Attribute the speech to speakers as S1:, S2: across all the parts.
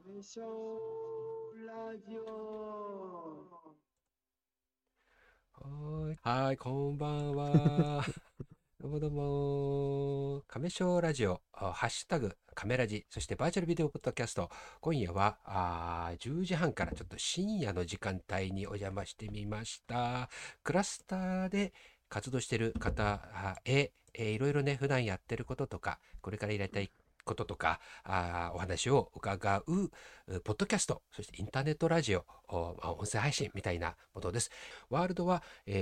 S1: 亀章ラジオ。
S2: はい、こんばんは。どうもどうも。亀章ラジオ、ハッシュタグ、カメラジ、そしてバーチャルビデオポッドキャスト。今夜は10時半からちょっと深夜の時間帯にお邪魔してみました。クラスターで活動している方へ、いろいろね、普段やってることとか、これからやりたいこととか、お話を伺う、ポッドキャスト、そしてインターネットラジオ、音声配信みたいなものです。ワールドは、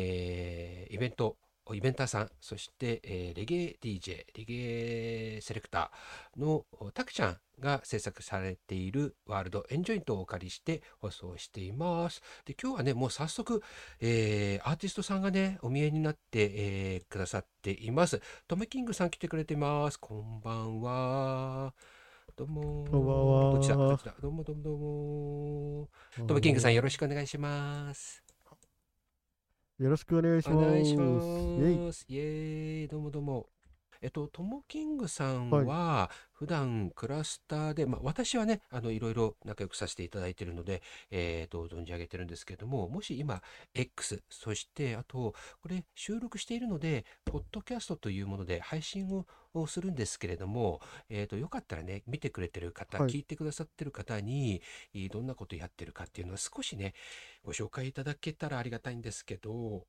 S2: イベンターさん、そして、レゲエ DJ、レゲエセレクターのタクちゃんが制作されているワールドエンジョイントをお借りして放送しています。で、今日はね、もう早速、アーティストさんがね、お見えになって、くださっています。トム・キングさん来てくれてます。こんばんは。どう
S3: こんばん
S2: も。どっち
S3: は。
S2: だ。どうもどうもどうも。トム・キングさんよろし
S3: よ
S2: くお願いします。
S3: ろしくお願いし
S2: お願いし
S3: ます。イェイ。
S2: ます。イエーイ、どうもどうも。トモキングさん
S3: はい。
S2: は、普段クラスターで、私はね、いろいろ仲良くさせていただいているので、存じ上げてるんですけども、もし今、X、そして、あと、これ、収録しているので、ポッドキャストというもので配信をするんですけれども、よかったらね、見てくれてる方、
S3: はい。
S2: 聞いてくださってる方に、どんなことやってるかっていうのは少しね、ご紹介いただけたらありがたいんですけど、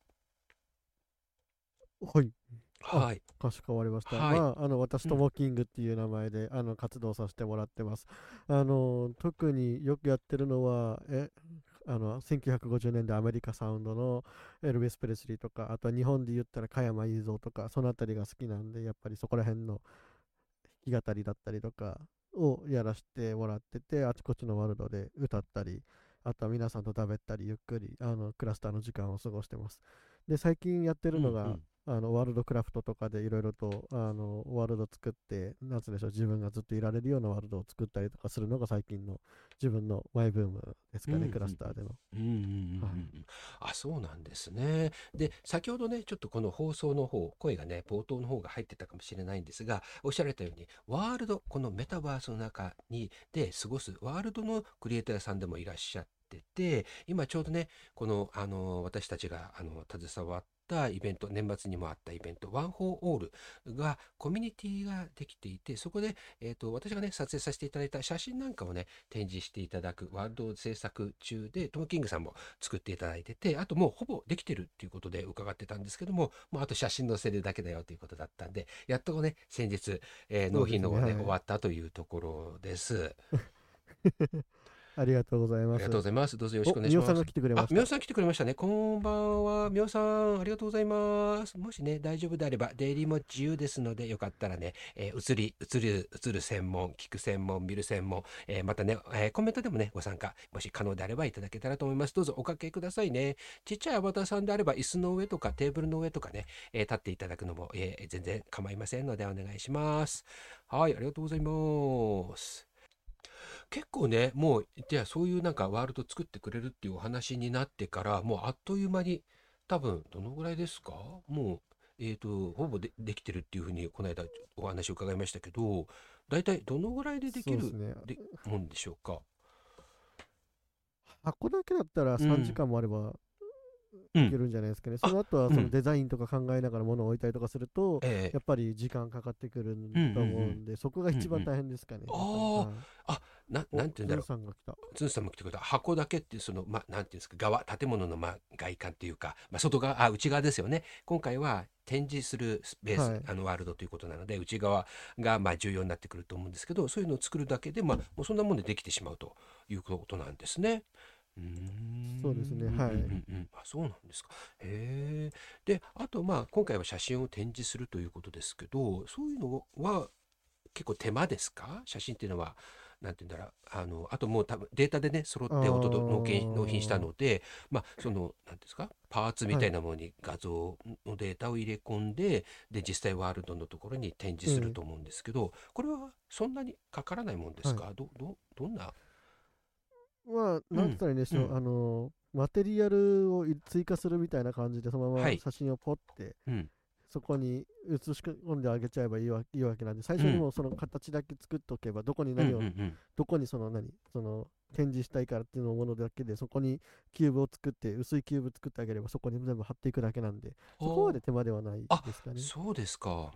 S3: はい。あ、
S2: はい。
S3: かしこまりました。
S2: はい。
S3: 私、
S2: うん。
S3: ともキングっていう名前で、活動させてもらってます。特によくやってるのは、1950年代アメリカサウンドのエルヴィス・プレスリーとか、あとは日本で言ったら加山雄三とか、そのあたりが好きなんで、やっぱりそこら辺の弾き語りだったりとかをやらせてもらってて、あちこちのワールドで歌ったり、あとは皆さんと食べたり、ゆっくりクラスターの時間を過ごしてます。で、最近やってるのが、
S2: うんうん。
S3: ワールドクラフトとかでいろいろとワールド作って、なんつうんでしょう、自分がずっといられるようなワールドを作ったりとかするのが最近の自分のマイブームです
S2: うんうん
S3: かね、クラスターでの。
S2: うんうんうんうんうんう
S3: はい。
S2: ん。あ、そうなんですね。で、先ほどね、ちょっとこの放送の方、声がね、冒頭の方が入ってたかもしれないんですが、おっしゃられたように、ワールド、このメタバースの中で過ごすワールドのクリエイターさんでもいらっしゃってて、今ちょうどね、この、私たちが、携わったイベント、年末にもあったイベント、ワン・フォー・オールが、コミュニティができていて、そこで、私がね、撮影させていただいた写真なんかをね、展示していただくワールド制作中で、トム・キングさんも作っていただいてて、あともうほぼできてるっていうことで伺ってたんですけども、もうあと写真載せるだけだよということだったんで、やっとね、先日、納
S3: そうですね、
S2: 品の方がね、終
S3: はい。
S2: わったというところです。
S3: ありがとうござい
S2: ありがとうご
S3: ます。
S2: ざいます。どうぞよろしく
S3: お、
S2: お願いします。
S3: みおさんが来てくれ
S2: あ、
S3: ました。
S2: みおさん来てくれましたね。こんばんは。みおさん、ありがとうございます。もしね、大丈夫であれば、出入りも自由ですので、よかったらね、映る専門、聞く専門、見る専門、またね、コメントでもね、ご参加、もし可能であればいただけたらと思います。どうぞおかけくださいね。ちっちゃいアバターさんであれば、椅子の上とかテーブルの上とかね、立っていただくのも、全然構いませんので、お願いします。はい、ありがとうございます。結構ね、もう、じゃあそういうなんかワールド作ってくれるっていうお話になってから、もうあっという間に、多分どのぐらいですか？もう、ほぼできてるっていうふうに、この間お話を伺いましたけど、大体どのぐらいでできる
S3: そうですね。
S2: もんでしょうか？
S3: 箱だけだったら3
S2: うん、
S3: 時間もあれば
S2: うん。
S3: いけるんじゃないですかね。そ
S2: あ、
S3: の後はその
S2: うん。
S3: デザインとか考えながら物を置いたりとかすると、
S2: え
S3: やっぱり時間かかってくる
S2: うんうんう
S3: と思う
S2: ん。
S3: んで、そこが
S2: うんう
S3: 一番
S2: ん。
S3: 大変ですかね。やっぱり。
S2: あ
S3: はい。
S2: あ、なん
S3: お、ズン
S2: て言うんだろう。
S3: さんが来た。
S2: つんさんも来てくれた箱だけっていうその、なんていうんですか、建物の外観っていうか、外側、内側ですよね。今回は展示するスペース、
S3: はい。
S2: ワールドということなので、内側が重要になってくると思うんですけど、そういうのを作るだけで、もうそんなもんでできてしまうということなんですね。うーん、
S3: そうですね。
S2: うんうん
S3: はい。
S2: うんうん。あ、そうなんですか。へえ。で、あと今回は写真を展示するということですけど、そういうのは結構手間ですか？写真っていうのは、なんて言うんだろう、あともう多分データでね、揃っ
S3: あ
S2: て納品した
S3: ー。
S2: ので、その、なんていうんですか、パーツみ
S3: はい。
S2: たいなものに画像のデータを入れ込んで、で、実際ワールドのところに展示する
S3: ええ。
S2: と思うんですけど、これはそんなにかからないもんで
S3: はい。
S2: すか？どんな？
S3: なんつっ
S2: うん、
S3: たらいいんでしょう。
S2: うん、
S3: マテリアルを追加するみたいな感じで、そのま
S2: はい、
S3: ま写真をポッて
S2: うん、
S3: そこに移し込んであげちゃえばいいわけなんで、最初にもうその形だけ作っておけば、どこに
S2: うんうん
S3: 何を、どこにその展示したいからっていうのものだけで、そこにキューブを作って、薄いキューブ作ってあげれば、そこに全部貼っていくだけなんで、そこまで手間ではない
S2: あ、
S3: ですかね。
S2: そうですか。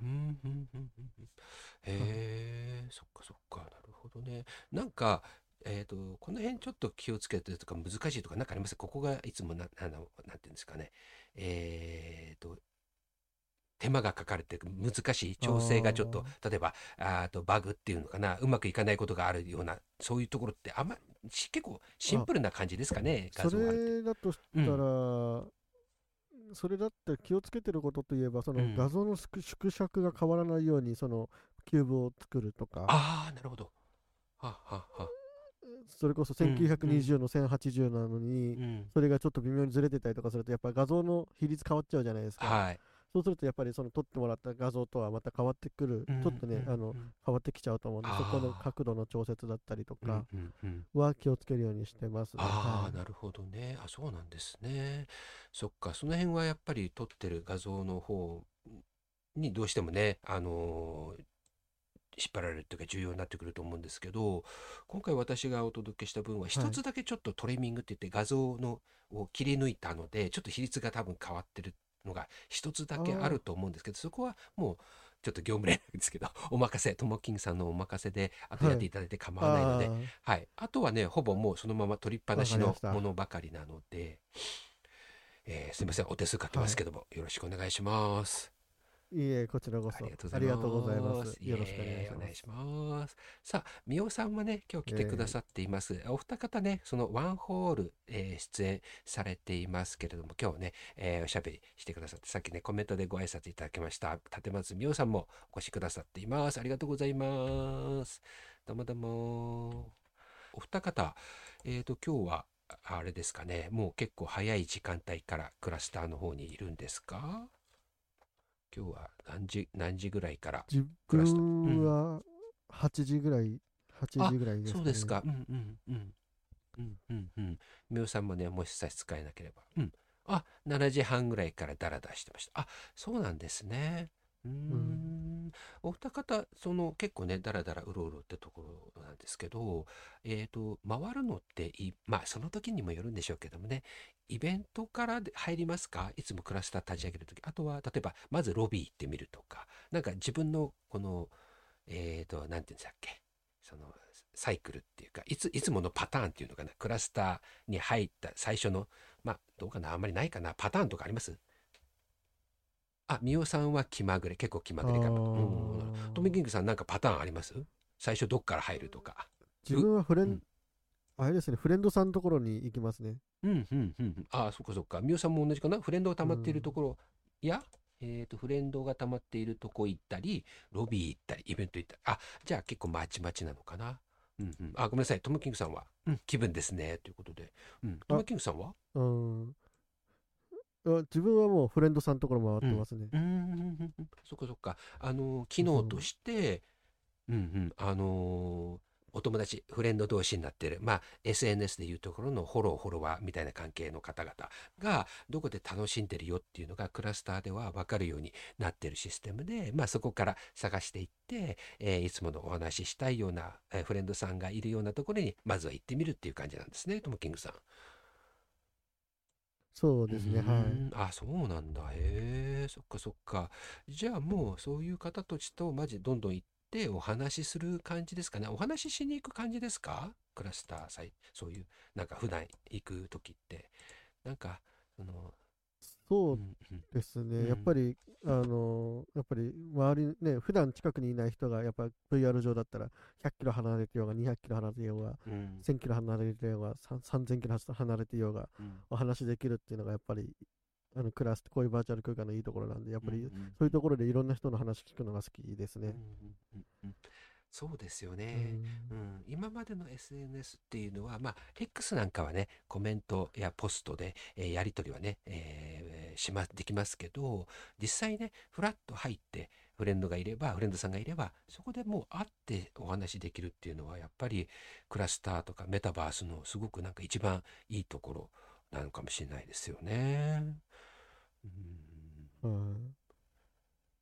S3: はい。
S2: へえ、そっかそっか。なるほどね。なんか、この辺ちょっと気をつけてるとか難しいとかなんかあります？ここがいつもなんていうんですかね。えっと、手間がかかるっていうか難しい
S3: あ
S2: 調整がちょっと、
S3: あ。
S2: 例えば、バグっていうのかな、うまくいかないことがあるような、そういうところって結構シン
S3: あ、
S2: プルな感じですかね、画
S3: そ
S2: 像あるって。
S3: れだとした
S2: うん、
S3: ら、それだって気をつけてることといえば、その画
S2: うん。
S3: 像の縮尺が変わらないように、そのキューブを作るとか、
S2: ああ、なるほど。は。
S3: それこそ
S2: うんうん
S3: 1920の1080なのに、
S2: うん。
S3: それがちょっと微妙にずれてたりとかすると、やっぱり画像の比率変わっちゃうじゃないですか。
S2: はい。
S3: そうすると、やっぱりその撮ってもらった画像とはまた変わってくる、
S2: うん
S3: ちょっとね、
S2: うんうん。
S3: 変わってきちゃうと思うんで、そこの
S2: ああ、
S3: 角度の調節だったりと
S2: うん
S3: か
S2: うんうん。
S3: は気をつけるようにしてますね。は
S2: ああ、
S3: い。
S2: なるほどね。あ、そうなんですね。そっか、その辺はやっぱり撮ってる画像の方にどうしてもね、引っ張られるっていうか重要になってくると思うんですけど、今回私がお届けした分は一
S3: はい。
S2: つだけちょっとトリミングって言って画像のを切り抜いたので、ちょっと比率が多分変わってるのが一つだけある
S3: あ
S2: と思うんですけど、そこはもうちょっと業務連絡ですけど、お任せ、ともきんさんのお任せで、あ
S3: あ、はい。
S2: とやっていただいて構わないので、
S3: あ
S2: はい。あとはね、ほぼもうそのまま取りっぱ
S3: あ、わ
S2: なし
S3: かりました。
S2: のものばかりなので、すいません、お手数かけま
S3: はい。
S2: すけども、よろしくお願いします。
S3: いいえ、こちらこそ。
S2: ありがとうござい
S3: ありがとうございま
S2: ます。
S3: す。
S2: イ
S3: よろしくお願い
S2: エーイ、お願いし
S3: します。
S2: ます。さあ、みおさんはね、今日来てくだ
S3: え
S2: さっています。お二方ね、そのワンホール、出演されていますけれども、今日ね、おしゃべりしてくださって、さっきね、コメントでご挨拶いただきました。立松みおさんもお越しくださっています。ありがとうございます。どうもどうも。お二方、今日は、あれですかね、もう結構早い時間帯からクラスターの方にいるんですか？今日は何時ぐらいから
S3: 自
S2: クラスター。うん。
S3: 分は8時ぐらい、8
S2: あ、
S3: 時ぐらいですかね。
S2: そうですか。うんうんうんうん。みおさんもね、もし差し支えなければ。うん。あ、7時半ぐらいからダラダラしてました。あ、そうなんですね。
S3: うん。
S2: お二方、結構ね、ダラダラうろうろってところなんですけど、回るのってまあ、その時にもよるんでしょうけどもね、イベントからで入りますか？いつもクラスター立ち上げるとき。あとは、例えば、まずロビー行ってみるとか、なんか自分の、なんていうんですっけ、その、サイクルっていうか、いつものパターンっていうのかな、クラスターに入った最初の、まあ、どうかな、あんまりないかな、パターンとかあります？あ、みおさんは結構気ま
S3: あ
S2: ぐれかな。うん、トミ
S3: ー、
S2: キングさんなんかパターンあります？最初どっから入るとか。
S3: 自分は
S2: うん、
S3: あれですね、フレンドさんのところに行きますね。
S2: ああ、そっかそっか。みおさんも同じかな。フレンドが溜まっている
S3: うん。
S2: ところ、いや、フレンドが溜まっているとこ行ったり、ロビー行ったり、イベント行ったり。あ、じゃあ結構まちまちなのかな。あ、ごめんなさい。トムキングさんは、気分ですね。ということで。ト
S3: あ、
S2: ムキングさんは
S3: うん。自分はもうフレンドさんのところ回っ
S2: うん。
S3: てますね。
S2: そっかそっか。機能と
S3: そう。
S2: して、お友達、フレンド同士になってる、まあ、SNS でいうところのフォロワーみたいな関係の方々が、どこで楽しんでるよっていうのが、クラスターでは分かるようになってるシステムで、まあ、そこから探していって、いつものお話ししたいような、フレンドさんがいるようなところに、まずは行ってみるっていう感じなんですね、トムキングさん。
S3: そうですね、はい。
S2: あ、そうなんだ。へえ、そっかそっか。じゃあもうそういう方たちとマジどんどん行ってお話しする感じですかね。お話ししに行く感じですか？クラスターそういう、なんか普段行く時って。なんか、その、
S3: そう
S2: うんうん
S3: ですね。やっぱ
S2: うん
S3: り、やっぱり周りね、普段近くにいない人が、やっぱ VR 上だったら、100キロ離れてようが、200キロ離れてようが、
S2: うん
S3: 1000キロ離れてようが、3000キロ離れてようが、
S2: うん
S3: お話できるっていうのが、やっぱり、クラス、こういうバーチャル空間のいいところなんで、やっ
S2: うんうん
S3: ぱり、
S2: うん
S3: そういうところでいろんな人の話聞くのが好きですね。
S2: そうですよ
S3: う
S2: ね。
S3: ん。
S2: 今までの SNS っていうのは、まあ、X なんかはね、コメントやポストで、やり取りはね、できますけど、実際ね、フラッと入って、フレンドさんがいれば、そこでもう会ってお話できるっていうのは、やっぱりクラスターとかメタバースのすごくなんか一番いいところなのかもしれないですよね。うん
S3: はい。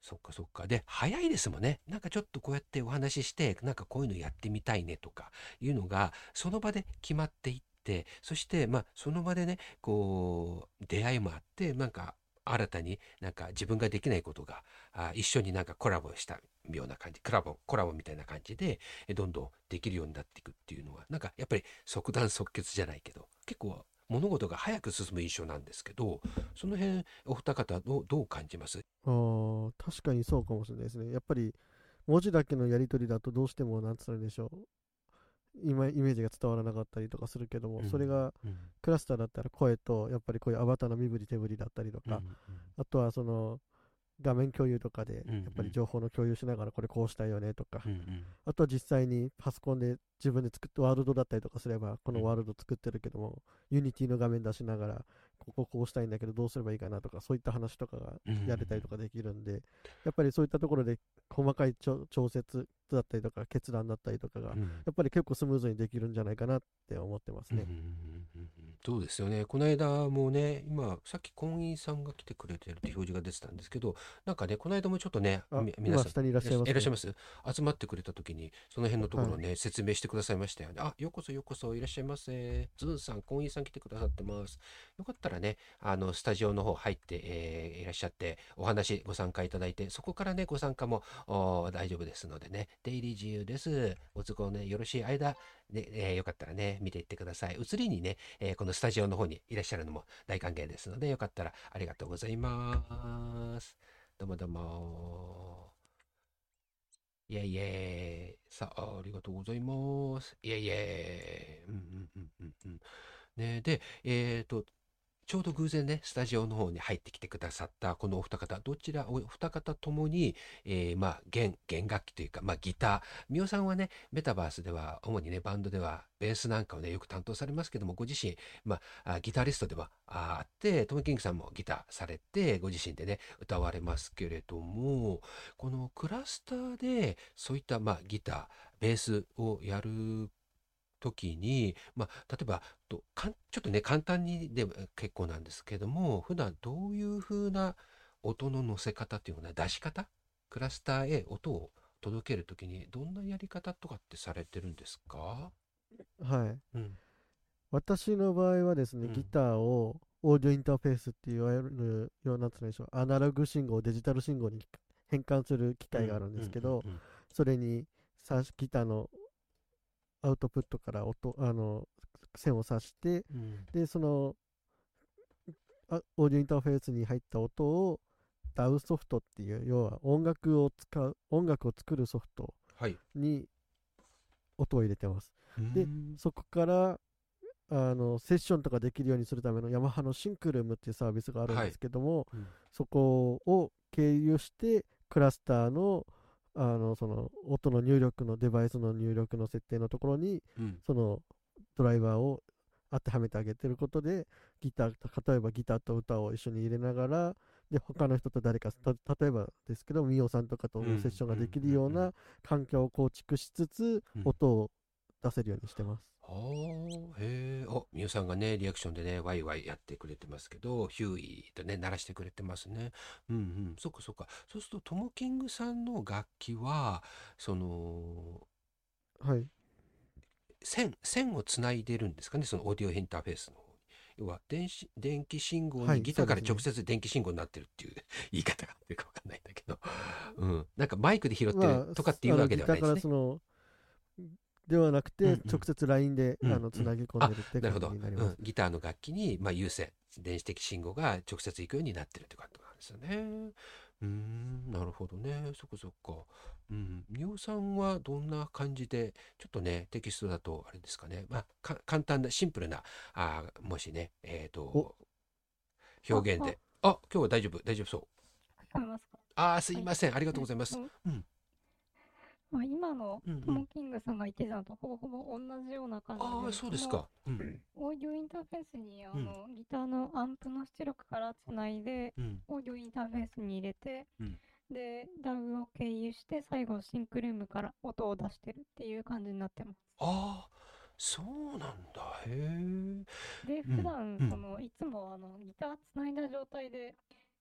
S2: そっかそっか。で、早いですもんね。なんかちょっとこうやってお話しして、なんかこういうのやってみたいねとかいうのが、その場で決まっていって、そして、その場でね、こう、出会いもあって、なんか、新たになんか自分ができないことが、一緒になんかコラボしたような感じ、コラボみたいな感じで、どんどんできるようになっていくっていうのは、なんかやっぱり即断即決じゃないけど、結構物事が早く進む印象なんですけど、その辺、お二方どう感じます？
S3: 確かにそうかもしれないですね。やっぱり文字だけのやり取りだとどうしても、なんつったらいいんでしょう。今イメージが伝わらなかったりとかするけども、
S2: うん
S3: それが
S2: うん
S3: クラスターだったら声と、やっぱりこういうアバターの身振り手振りだったりとか、
S2: うんうん
S3: あとはその画面共有とかで、
S2: うんうん
S3: やっぱり情報の共有しながらこれこうしたいよねとか、
S2: うんうん
S3: あとは実際にパソコンで自分で作ってワールドだったりとかすれば、こ
S2: うん
S3: のワールド作ってるけども、ユニティの画面出しながら、こうしたいんだけどどうすればいいかなとか、そういった話とかが
S2: うんうん
S3: やれたりとかできるんで、やっぱりそういったところで細かい調節だったりとか、決断だったりとかが、
S2: うん
S3: やっぱり結構スムーズにできるんじゃないかなって思ってますね。
S2: うんうんうんうん。そうですよね。この間もね、今、さっき婚姻さんが来てくれてるって表示が出てたんですけど、なんかね、この間もちょっとね、皆さん、
S3: 今下にいらっしゃいますね。
S2: いらっしゃいます？集まってくれた時に、その辺のところを
S3: はい。
S2: ね、説明してくださいましたよね。あ、ようこそようこそいらっしゃいませ。ズンさん、婚姻さん来てくださってます。よかったらね、スタジオの方入って、いらっしゃって、お話ご参加いただいて、そこからね、ご参加も大丈夫ですのでね、出入り自由です。お都合ね、よろしい間、で、よかったらね、見ていってください。移りにね、このスタジオの方にいらっしゃるのも大歓迎ですので、よかったらありがとうございます。どうもどうも。イェイイェイ。さあ、ありがとうございます。イェイイェイ。うんうんうんうんうん。ね、で、ちょうど偶然ね、スタジオの方に入ってきてくださったこのお二方、どちらお二方ともに、弦楽器というか、ギター。みおさんはね、メタバースでは、主にね、バンドでは、ベースなんかをね、よく担当されますけども、ご自身、ギタリストではあって、トム・キングさんもギターされて、ご自身でね、歌われますけれども、このクラスターで、そういった、ギター、ベースをやる時に、例えばちょっとね、簡単にでも結構なんですけども、普段どういう風な音の乗せ方っていうのかな、出し方、クラスターへ音を届ける時にどんなやり方とかってされてるんですか？
S3: はい。
S2: うん、
S3: 私の場合はですね、ギ
S2: うん、
S3: ターをオーディオインターフェースっていわゆるような、なんつうんでしょう、アナログ信号をデジタル信号に変換する機
S2: うん、
S3: 械があるんで
S2: うん、
S3: すけど、
S2: うん、
S3: それにギターのアウトプットから線を挿して、
S2: うん、
S3: で、そのオーディオインターフェースに入った音をダウソフトっていう、要は音楽を作るソフト
S2: はい。
S3: に音を入れてます。
S2: うー
S3: で、
S2: ん、
S3: そこからセッションとかできるようにするためのヤマハのシンクルームっていうサービスがあるん
S2: はい。
S3: ですけども、
S2: うん、
S3: そこを経由してクラスターの、その音の入力のデバイスの入力の設定のところに
S2: うん、
S3: そのドライバーを当てはめてあげてることで、例えばギターと歌を一緒に入れながら、で他の人と誰か例えばですけどミオさんとかと
S2: うん、うん、
S3: のセッションが
S2: うん、
S3: できるよう
S2: うん、
S3: な環境を構築しつつ
S2: うん。
S3: 音を出せるようにしてます。
S2: はあ、へえ、みゆさんがね、リアクションでね、ワイワイやってくれてますけど、ヒューイとね、鳴らしてくれてますね。うんうん、そっかそっか。そうすると、トム・キングさんの楽器は、その、
S3: はい。
S2: 線をつないでるんですかね、そのオーディオインターフェースの方に。要は、電気信号に、
S3: はい、
S2: ギターから
S3: そうですね。
S2: 直接電気信号になってるっていう言い方があってるかわかんないんだけど、うん。なんかマイクで拾ってる
S3: まあ、
S2: とかっていうわけで
S3: ギターから
S2: はないですね。
S3: ではなくて、
S2: うんうん。
S3: 直接 LINE でつ
S2: うんうん。
S3: なぎ込ん
S2: あ、
S3: でるって感じ
S2: なるほど。うん。
S3: になります。
S2: ギターの楽器に、有線、電子的信号が直接行くようになってるってことなんですよね。なるほどね。そっかそっか。うん。みおさんはどんな感じで、ちょっとね、テキストだとあれですかね。簡単な、シンプルな、もしね、
S3: お、
S2: 表現で。あ、今日は大丈夫、大丈夫そう。
S4: 聞こえますか？
S2: すい
S4: はい。
S2: ません。ありがとう
S4: えっ
S2: ございます。
S4: と、
S2: うん。
S4: 今の
S2: うんうん。
S4: トモキングさんが言ってたのとほぼほぼ同じような感じで、
S2: そうですか。うん。
S4: オーディオインターフェースに
S2: うん。
S4: ギターのアンプの出力からつないで、
S2: うん。
S4: オーディオインターフェースに入れて、
S2: うん。
S4: で、ダウを経由して、最後シンクルームから音を出してるっていう感じになってます。
S2: ああ、そうなんだ。へえ。
S4: で、
S2: うん。
S4: 普段、
S2: うん。
S4: いつもギターつないだ状態で、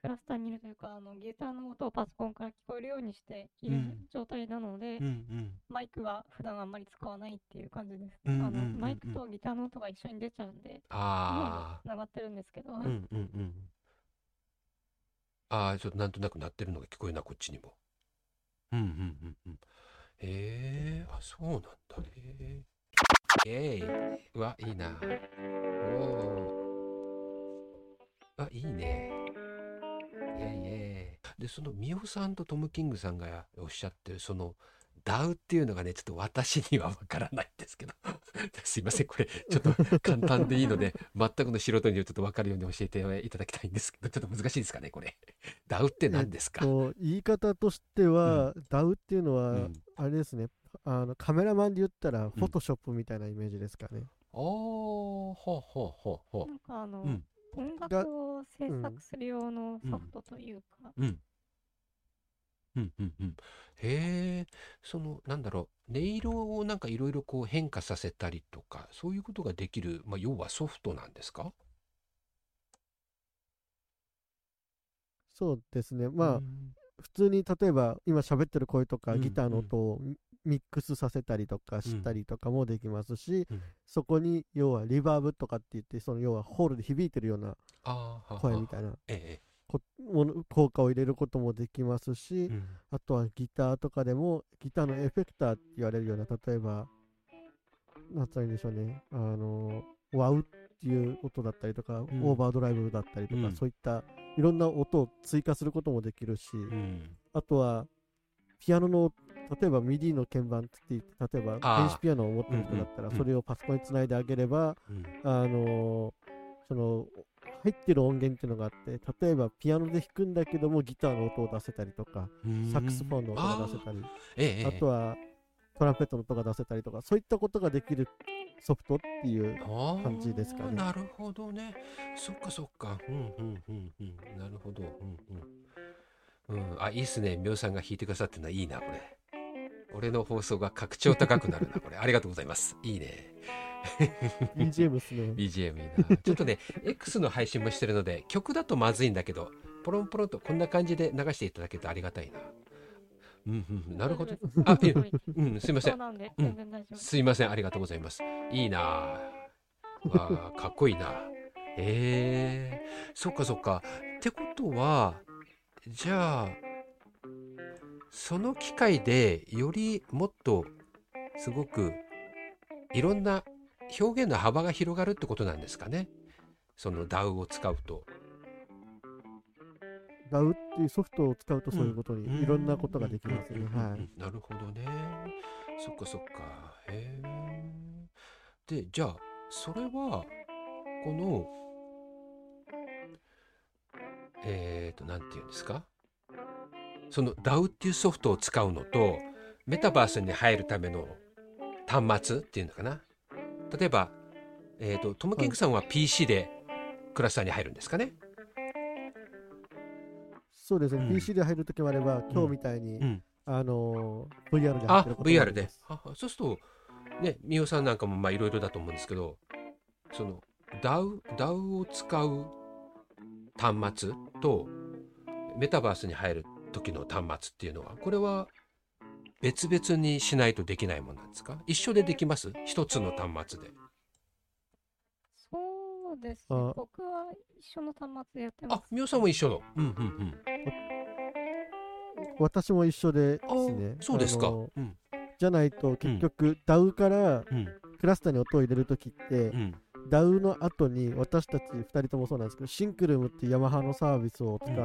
S4: クラスターにいるというか、ギターの音をパソコンから聞こえるようにしている状態なので、マイクは普段あんまり使わないっていう感じです。マイクとギターの音が一緒に出ちゃうんで、
S2: あ
S4: つながってるんですけど、
S2: あ、ちょっとなんとなく鳴ってるのが聞こえるな、こっちにも。へえ、あ、そうなんだ。へえ。うわ、いいな。あ、いいね。で、そのミオさんとトム・キングさんがおっしゃってる、その、ダウっていうのがね、ちょっと私にはわからないんですけど。すいません、これ、ちょっと簡単でいいので、全くの素人にちょっとわかるように教えていただきたいんですけど、ちょっと難しいですかね、これ。ダウって何ですか？
S3: 言い方としては、ダウっていうのは、あれですね、カメラマンで言ったら、フォトショップみたいなイメージですかね。
S4: なんか音楽を制作する用のソフトというか、
S2: へえ、その、なんだろう、音色をなんかいろいろこう変化させたりとか、そういうことができる、要はソフトなんですか？
S3: そうですね。普通に例えば今喋ってる声とかギターの音をミックスさせたりとかしたりとかもできますし、そこに要はリバーブとかって言って、その要はホールで響いてるような声みたいな効果を入れることもできますし、あとはギターとかでもギターのエフェクターって言われるような、例えばなんて言うんでしょうね、ワウっていう音だったりとか、オーバードライブだったりとか、そういったいろんな音を追加することもできるし、あとはピアノの例えば MIDI の鍵盤って言って、例えば電子ピアノを持ってる人だったら、それをパソコンにつないであげれば、その入ってる音源っていうのがあって、例えばピアノで弾くんだけどもギターの音を出せたりとか、サックスフォンの音が出せたり、あとはトランペットの音が出せたりとか、そういったことができるソフトっていう感じですかね。
S2: なるほどね。そっかそっか。なるほど。あ、いいっすね。みょうさんが弾いてくださってるのはいいな、これ。俺の放送が格調高くなるな、これ。ありがとうございます。いいね。
S3: BGM ですね。
S2: BGM いいな。ちょっとね、X の配信もしてるので、曲だとまずいんだけど、ポロンポロンとこんな感じで流していただけるとありがたいな。なるほど。あ、すいません。すいません、ありがとうございます。いいな。わあ、かっこいいな。そっかそっか。ってことは、じゃあ、その機会でよりもっとすごくいろんな表現の幅が広がるってことなんですかね。その DAW を使うと。
S3: DAW っていうソフトを使うとそういうことにいろんなことができますね。
S2: なるほどね。そっかそっか。で、じゃあ、それは、この、なんていうんですか、その DAW っていうソフトを使うのと、メタバースに入るための端末っていうのかな。例えば、トム・キングさんは PC でクラスターに入るんですかね。
S3: そうですね、PC で入るときもあれば、今日みたいに、VR で入ってることもあります。
S2: VR で。そうすると、ね、みおさんなんかもいろいろだと思うんですけど、その DAW を使う端末とメタバースに入る時の端末っていうのは、これは別々にしないとできないものなんですか？一緒でできます？一つの端末で。
S4: そうですね。僕は一緒の端末でやってます。
S2: みおさんも一緒の。
S3: 私も一緒ですね。
S2: そうですか。
S3: じゃないと結局 DAW からクラスターに音を入れるときって、DAW の後に私たち2人ともそうなんですけど、シンクルームっていうヤマハのサービスを使って、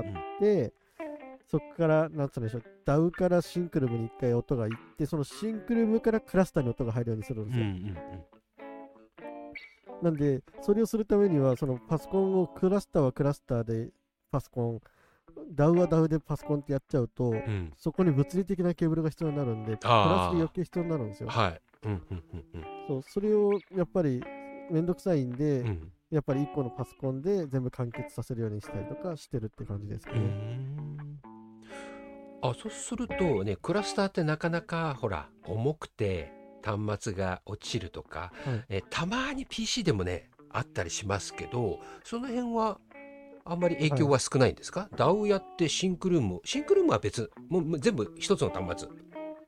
S3: そこからなんつうんでしょう、DAW からシンクルームに1回音がいって、そのシンクルームからクラスターに音が入るようにするんですよ。なんでそれをするためには、そのパソコンをクラスターはクラスターでパソコン、DAW は DAW でパソコンってやっちゃうと、そこに物理的なケーブルが必要になるんで、プラスで余計必要になるんですよ。それをやっぱりめんどくさいんで、やっぱり1個のパソコンで全部完結させるようにしたりとかしてるって感じですかね。
S2: そうするとね、クラスターってなかなかほら重くて端末が落ちるとか、たまに PC でもねあったりしますけど、その辺はあんまり影響は少ないんですか？ダウやってシンクルームは別、もう全部一つの端末。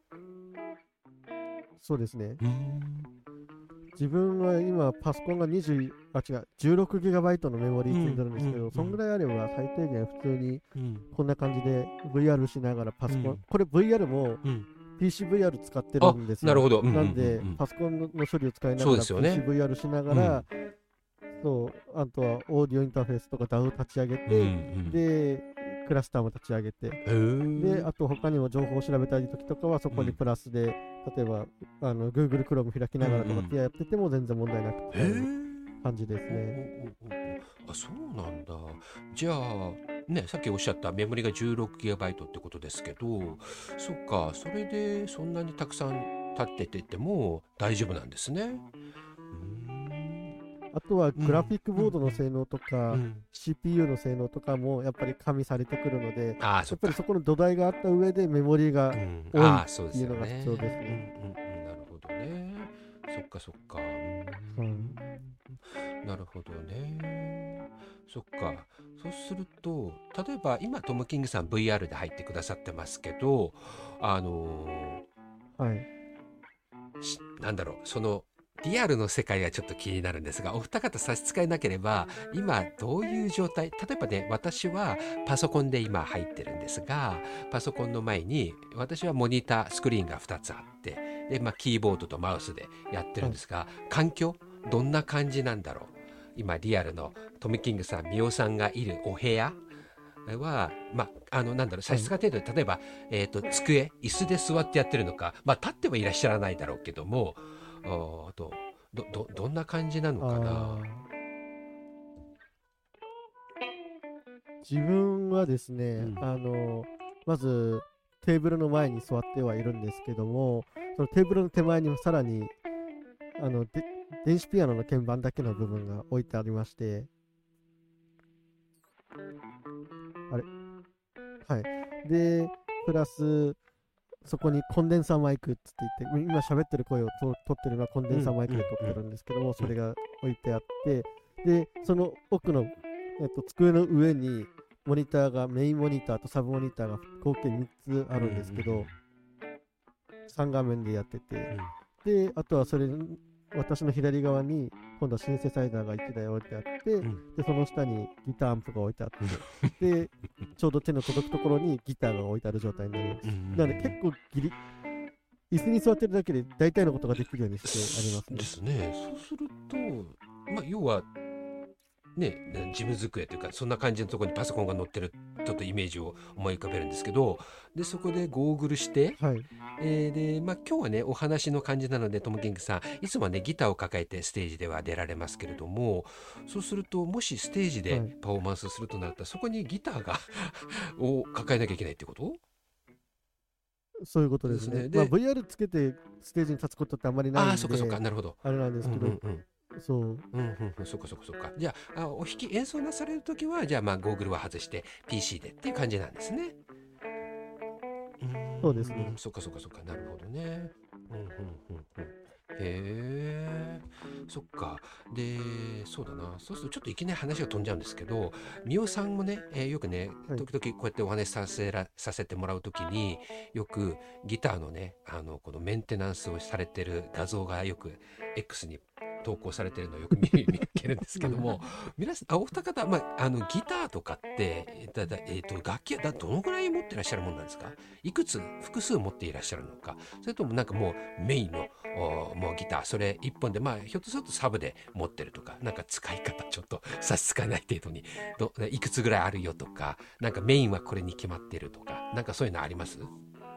S3: そうですね。
S2: うーん
S3: 自分は今パソコンが16ギガバイトのメモリー積んでるんですけど、
S2: うんうん
S3: そんぐらいあれば最低限普通に
S2: うん
S3: こんな感じで VR しながらパソコン、
S2: うん
S3: これ VR も
S2: うん。
S3: PCVR 使ってるんですよ。
S2: なるほど。
S3: なんで、
S2: うん
S3: パソコンの処理を使いながら
S2: そうですよね
S3: PCVR しながら、あとはオーディオインターフェースとか DAW 立ち上げて、で、クラスターも立ち上げて、で、あと他にも情報を調べたい時とかはそこにプラスで、例えばGoogle Chrome 開きながらとかってやってても全然問題なくて感じですね。
S2: あ、そうなんだ。じゃあね、さっきおっしゃったメモリが 16GB ってことですけど、そっか、それでそんなにたくさん立ってても大丈夫なんですね。
S3: あとはグラフィックボードの性能とか、CPU の性能とかもやっぱり加味されてくるので、やっぱりそこの土台があった上でメモリが多いっていうのが必要ですね。
S2: なるほどね。そっかそっか。なるほどね。そっか。そうすると、例えば今トム・キングさん VR で入ってくださってますけど、なんだろう、そのリアルの世界がちょっと気になるんですが、お二方差し支えなければ今どういう状態、例えばね、私はパソコンで今入ってるんですが、パソコンの前に私はモニタースクリーンが2つあって、で、キーボードとマウスでやってるんですが、環境どんな感じなんだろう。今リアルのトム・キングさん、ミオさんがいるお部屋は、なんだろう、差し支え程度で、例えば、机、椅子で座ってやってるのか、立ってはいらっしゃらないだろうけども、あとどんな感じなのかな。
S3: 自分はですね、まずテーブルの前に座ってはいるんですけども、そのテーブルの手前にさらに電子ピアノの鍵盤だけの部分が置いてありまして、でプラスそこにコンデンサーマイクって言って、今喋ってる声を取ってるのはコンデンサーマイクで撮ってるんですけども、それが置いてあって、でその奥の、机の上にモニターが、メインモニターとサブモニターが合計3つあるんですけど、3画面でやってて、であとは私の左側に今度はシンセサイザーが1台置いてあって、でその下にギターアンプが置いてあって、でちょうど手の届くところにギターが置いてある状態になります。なので結構椅子に座ってるだけで大体のことができるようにしてありますね。
S2: ですね。そうすると、要はね、事務机というかそんな感じのところにパソコンが載ってるちょっとイメージを思い浮かべるんですけど、でそこでゴーグルして、で今日はねお話の感じなので、トム・キングさんいつもはねギターを抱えてステージでは出られますけれども、そうするともしステージでパフォーマンスするとなったら、そこにギターがを抱えなきゃいけないってこと？
S3: そういうことですね。VR つけてステージに立つことってあんまりないんで、
S2: そっかそっか、なるほど。
S3: あれなんですけど、そう。
S2: そっかそっかそっか。じゃあ、演奏なされるときは、じゃあゴーグルは外して PC でっていう感じなんですね。
S3: そうですね。
S2: そっかそっかそっか、なるほどね。へえ、そっか。で、そうだな。そうするとちょっといきなり話が飛んじゃうんですけど、ミオさんもね、よくね、時々こうやってお話させてもらうときに、よくギターのね、このメンテナンスをされてる画像がよく X に投稿されてるのをよく見かけるんですけども、皆さん、お二方、ギターとかって楽器はどのぐらい持ってらっしゃるもんなんですか？いくつ複数持っていらっしゃるのか、それともなんかもうメインのもうギターそれ一本で、ひょっとするとサブで持ってるとか、なんか使い方ちょっと差し支えない程度にいくつぐらいあるよとか、なんかメインはこれに決まってるとか、なんかそういうのあります？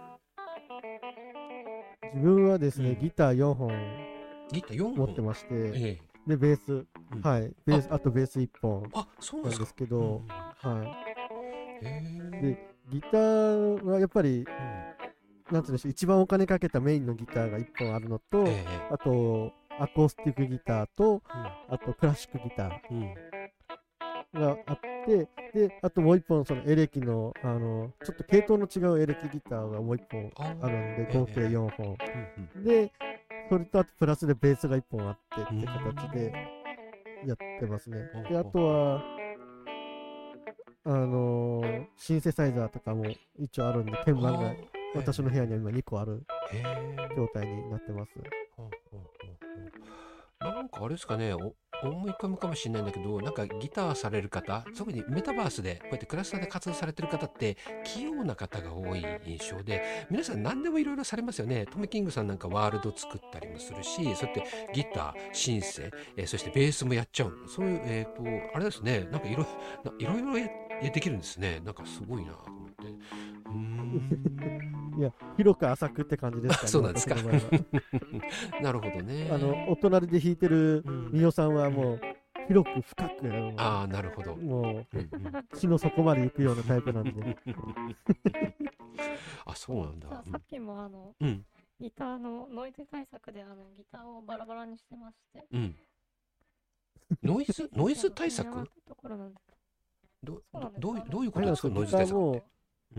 S3: 自分はですね、ギター4本持ってまして、でベース、ベース、あとベース1本なんですけど、でギターはやっぱり、なんていうんでしょう、一番お金かけたメインのギターが1本あるのと、あとアコースティックギターと、あとクラシックギターがあって、であともう1本そのエレキのちょっと系統の違うエレキギターがもう1本あるんで、合計4本で、それとあとプラスでベースが1本あってって形でやってますね。であとはシンセサイザーとかも一応あるんで、鍵盤が私の部屋には今2個ある状態になってます。
S2: なんかあれですかね、思い浮かぶかもしれないんだけど、なんかギターされる方、特にメタバースでこうやってクラスターで活動されてる方って器用な方が多い印象で、皆さん何でもいろいろされますよね。トム・キングさんなんかワールド作ったりもするし、そうやってギター、シンセ、そしてベースもやっちゃう。そういう、あれですね、なんかいろいろできるんですね。なんかすごいなと思って。
S3: いや、広く浅くって感じですかね。
S2: そうなんですか。なるほどね。
S3: お隣で弾いてるみおさんはもう広く深く、
S2: ああ、なるほど。
S3: もう地の底まで行くようなタイプなんで。
S2: あ、そうなんだ。
S4: さっきもギターのノイズ対策でギターをバラバラにしてまして。
S2: ノイズ対策？どういうことですか、ノイズ対策って。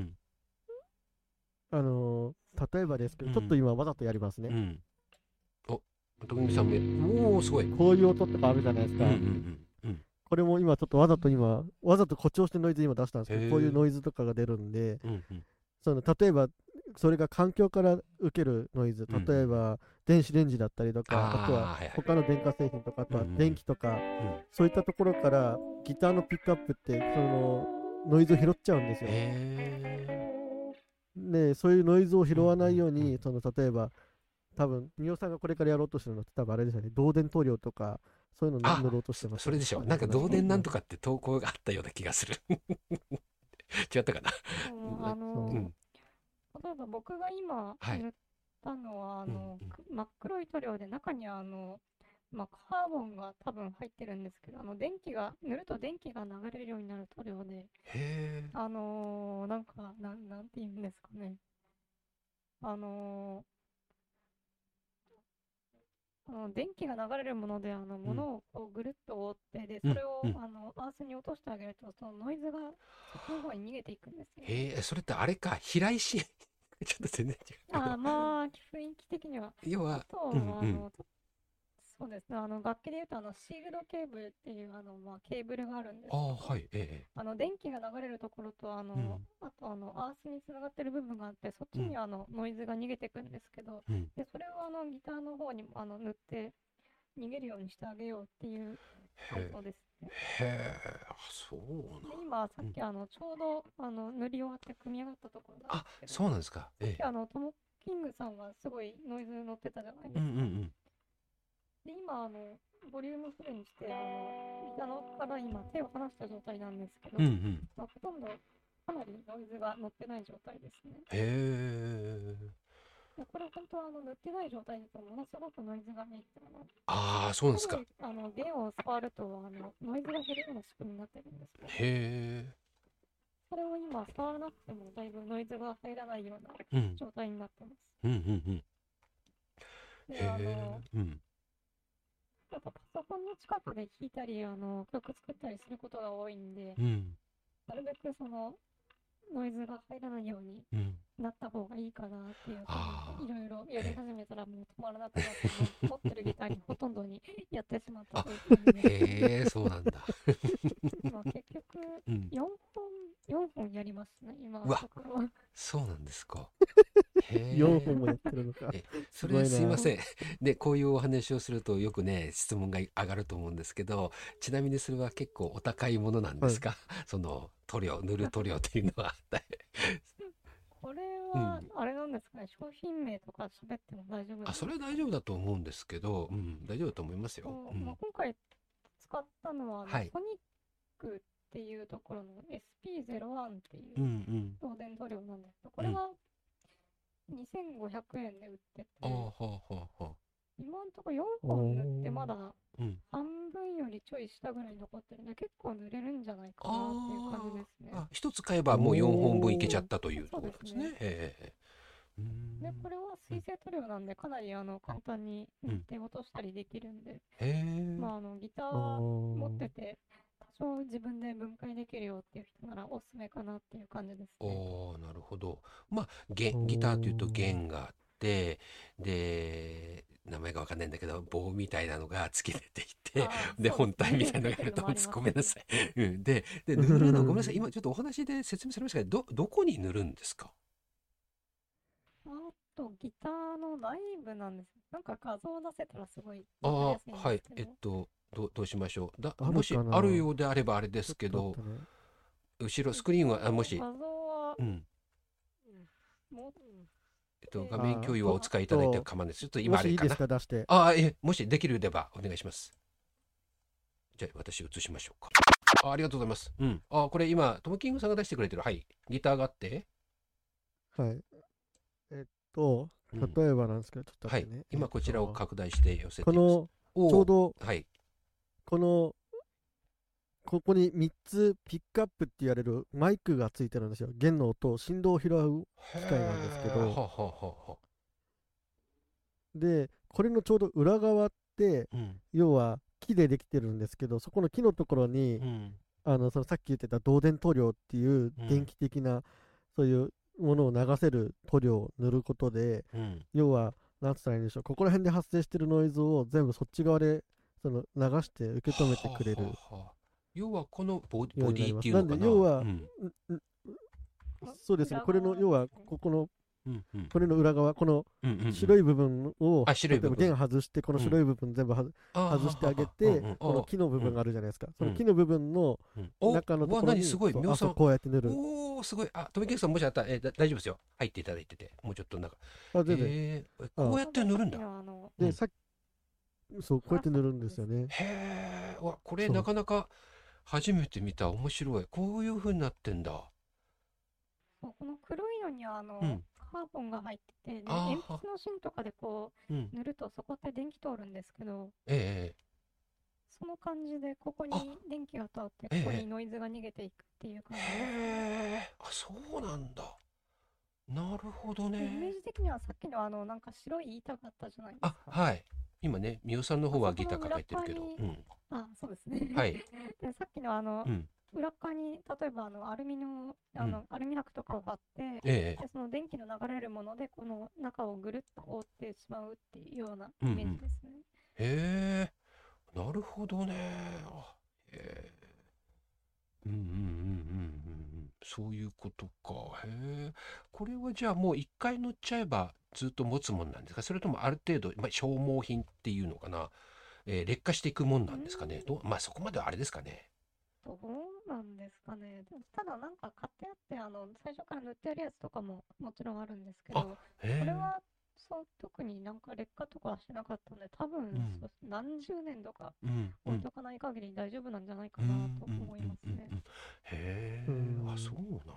S3: 例えばですけど、ちょっと今わざとやりますね。
S2: お、トミさんおお、すごい。
S3: こういう音とかあるじゃないですか。これも今ちょっとわざと誇張してノイズ今出したんですけど、こういうノイズとかが出るんで、例えばそれが環境から受けるノイズ、例えば電子レンジだったりとか、あとは他の電化製品とか、あとは電気とか、そういったところからギターのピックアップってそのノイズを拾っちゃうんですよ。で、そういうノイズを拾わないように、例えば多分みおさんがこれからやろうとしてるのって多分あれですよね、導電塗料とかそういうの塗ろうとしてます。
S2: それでしょ。なんか導電なんとかって投稿があったような気がする。違ったかな。
S4: 例えば僕が今塗ったのは真っ黒い塗料で、中にはカーボンが多分入ってるんですけど、塗ると電気が流れるようになる塗料で、なんかなんていうんですかね、電気が流れるもので物をこうぐるっと覆って、でそれをアースに落としてあげると、そのノイズがその方に逃げていくんですよ。
S2: それってあれか、平石ちょっと全然違う。
S4: まあ雰囲気的には。
S2: 要は、
S4: そうですね、楽器でいうとシールドケーブルっていうケーブルがあるんですけど、電気が流れるところとあとアースにつながってる部分があって、そっちにノイズが逃げていくんですけど、でそれをギターの方に塗って逃げるようにしてあげようっていう発想ですね。
S2: そうなんだ。
S4: 今さっきちょうど塗り終わって組み上がったところなんですけど、
S2: そうなんですか。
S4: さっきトモキングさんはすごいノイズ乗ってたじゃないですか。で今ボリュームフルにしてギターの奥から今手を離した状態なんですけど、ほとんどかなりノイズが乗ってない状態ですね。これ本当は塗ってない状態だとものすごくノイズが入って
S2: そうですか。
S4: 弦を触るとノイズが減るような仕組みになってるんですよ。それを今触らなくてもだいぶノイズが入らないような状態になってます。パソコンの近くで弾いたり曲作ったりすることが多いんで、なるべくそのノイズが入らないようになった方がいいかなっていう感じで、いろいろやり始めたらもう止まらなくなって持ってるギターにほとんどにやってしまったという感じで。
S2: そうなんだ。
S4: 結局4本やりますね、今のところは。
S2: そうなんですか。
S3: 4本もやってるのか。
S2: それすいません。で、こういうお話をするとよくね、質問が上がると思うんですけど、ちなみにそれは結構お高いものなんですか？その塗る塗料っていうのは。
S4: これは、あれなんですかね、商品名とか喋っても大丈夫ですか？
S2: それは大丈夫だと思うんですけど、大丈夫だと思いますよ。
S4: 今回使ったのは、ソニックっていうところの SP01 っていう導電塗料なんですけど、これは2500円で売ってて、今のところ4本塗ってまだ半分よりちょい下ぐらい残ってるんで、結構塗れるんじゃないかなっていう感じですね。
S2: 一つ買えばもう4本分いけちゃったというところですね。
S4: でこれは水性塗料なんで、かなり簡単に塗って落としたりできるんで、ギター持ってて多少自分で分解できるよっていう人ならおすすめかなっていう感じですね。
S2: なるほど。ギターというと弦があって、で名前がわかんないんだけど、棒みたいなのが突き出ていて、
S4: ああ、
S2: で、
S4: そうですね。
S2: 本体みたいなのがあると思うんです。ごめんなさい。うん。で、塗るの、ごめんなさい。今ちょっとお話で説明されましたけど、どこに塗るんですか？
S4: あと、ギターの内部なんです。なんか画像を出せたらすごい
S2: あ
S4: わかりやすい
S2: あ、はい。
S4: んですけど。
S2: どうしましょう。
S3: あ
S2: もし
S3: るかな。
S2: あるようであればあれで
S3: ちょっ
S2: すけど、
S3: とあったね。
S2: 後ろ、スクリーンは、もし、
S4: 画像は、
S2: うん、
S4: 持っ
S2: 画
S4: て、
S2: 面共有はお使いいただいて構わないです。ちょっと
S3: もしいいです
S2: 今あれかな。
S3: か出して。
S2: もしできるようでばお願いします。じゃあ私移しましょうか。ありがとうございます。うん。これ今、トムキングさんが出してくれてる、はい、ギターがあって、
S3: はい。えっと、
S2: うん、
S3: 例えばなんですけど、ちょっと
S2: はい、
S3: 待ってね。
S2: 今こちらを拡大して寄せています。
S3: この、ちょうど、
S2: はい、
S3: この、ここに3つピックアップって言われるマイクがついてるんですよ。弦の音、振動を拾う機械なんですけど、で、これのちょうど裏側って、
S2: うん、
S3: 要は木でできてるんですけど、そこの木のところに、
S2: うん、
S3: そのさっき言ってた導電塗料っていう電気的な、そういうものを流せる塗料を塗ることで、
S2: うん、
S3: 要は、なんつったらいいんでしょう、ここら辺で発生してるノイズを全部そっち側で流して受け止めてくれる
S2: 要はこのボデ
S3: ようになります。
S2: ィっていう
S3: なんで、
S2: のかな。
S3: 要は、
S2: うん、
S3: そうですね、これの、要は、ここの、
S2: うんうん、
S3: これの裏側、この
S2: うんうんうん、
S3: 白い部分を、
S2: 白い部分、
S3: 例えば弦外して、この白い部分全部外してあげて、この木の部分があるじゃないですか。その木の部分の中のところに、
S2: すごい、妙さん、
S3: こうやって塗る。
S2: すごい。富木さん、もしあったら、大丈夫ですよ。入っていただいてて、もうちょっと
S3: 全然。
S2: こうやって塗るんだ。
S3: で、そう、こうやって塗るんですよね。
S2: へえ、これなかなか初めて見た。面白い。こういう風になってんだ。
S4: この黒いのにはカーボンが入ってて、鉛筆の芯とかでこう塗るとそこって電気通るんですけど、その感じでここに電気が通ってここにノイズが逃げていくっていう感じです。
S2: へえ、そうなんだ。なるほどね。
S4: イメージ的にはさっきのなんか白い板があったじゃないですか。
S2: はい。今ね、みおさんの方はギター抱えてるけど。
S4: そうですね。
S2: はい。
S4: で、さっきの裏側に例えばアルミのアルミ箔とかを貼って、でその電気の流れるものでこの中をぐるっと覆ってしまうっていうようなイメージですね。
S2: へえ、なるほどね。そういうことか。へえ。これはじゃあもう一回乗っちゃえばずっと持つもんなんですか？それともある程度、消耗品っていうのかな、劣化していくもんなんですかね？そこまではあれですかね。
S4: どうなんですかね。ただなんか買ってあって最初から塗ってあるやつとかももちろんあるんですけど、これは特になんか劣化とかはしてなかったので、多分、何十年とか置いとかない限り大丈夫なんじゃないかなと思いますね。
S2: へえ、そうなんだ。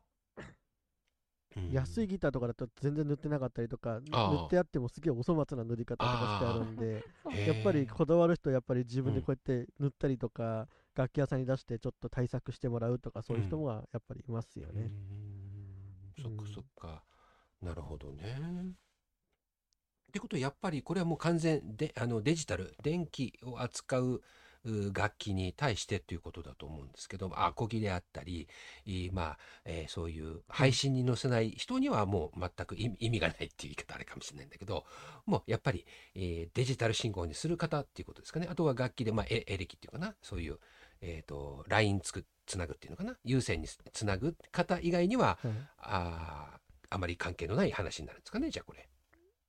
S3: 安いギターとかだと全然塗ってなかったりとか、塗ってあってもすげえお粗末な塗り方とかしてあるんで、やっぱりこだわる人はやっぱり自分でこうやって塗ったりとか、楽器屋さんに出してちょっと対策してもらうとか、そういう人もやっぱりいますよね。
S2: そっかそっか。なるほどね。ってことはやっぱりこれはもう完全でデジタル電気を扱う楽器に対してということだと思うんですけど、アコギであったり、そういう配信に載せない人にはもう全く意味がないっていう言い方あれかもしれないんだけど、もうやっぱり、デジタル信号にする方っていうことですかね。あとは楽器で、エレキっていうかな、そういう、ラインつなぐっていうのかな、有線につなぐ方以外には、あまり関係のない話になるんですかね、じゃあこれ。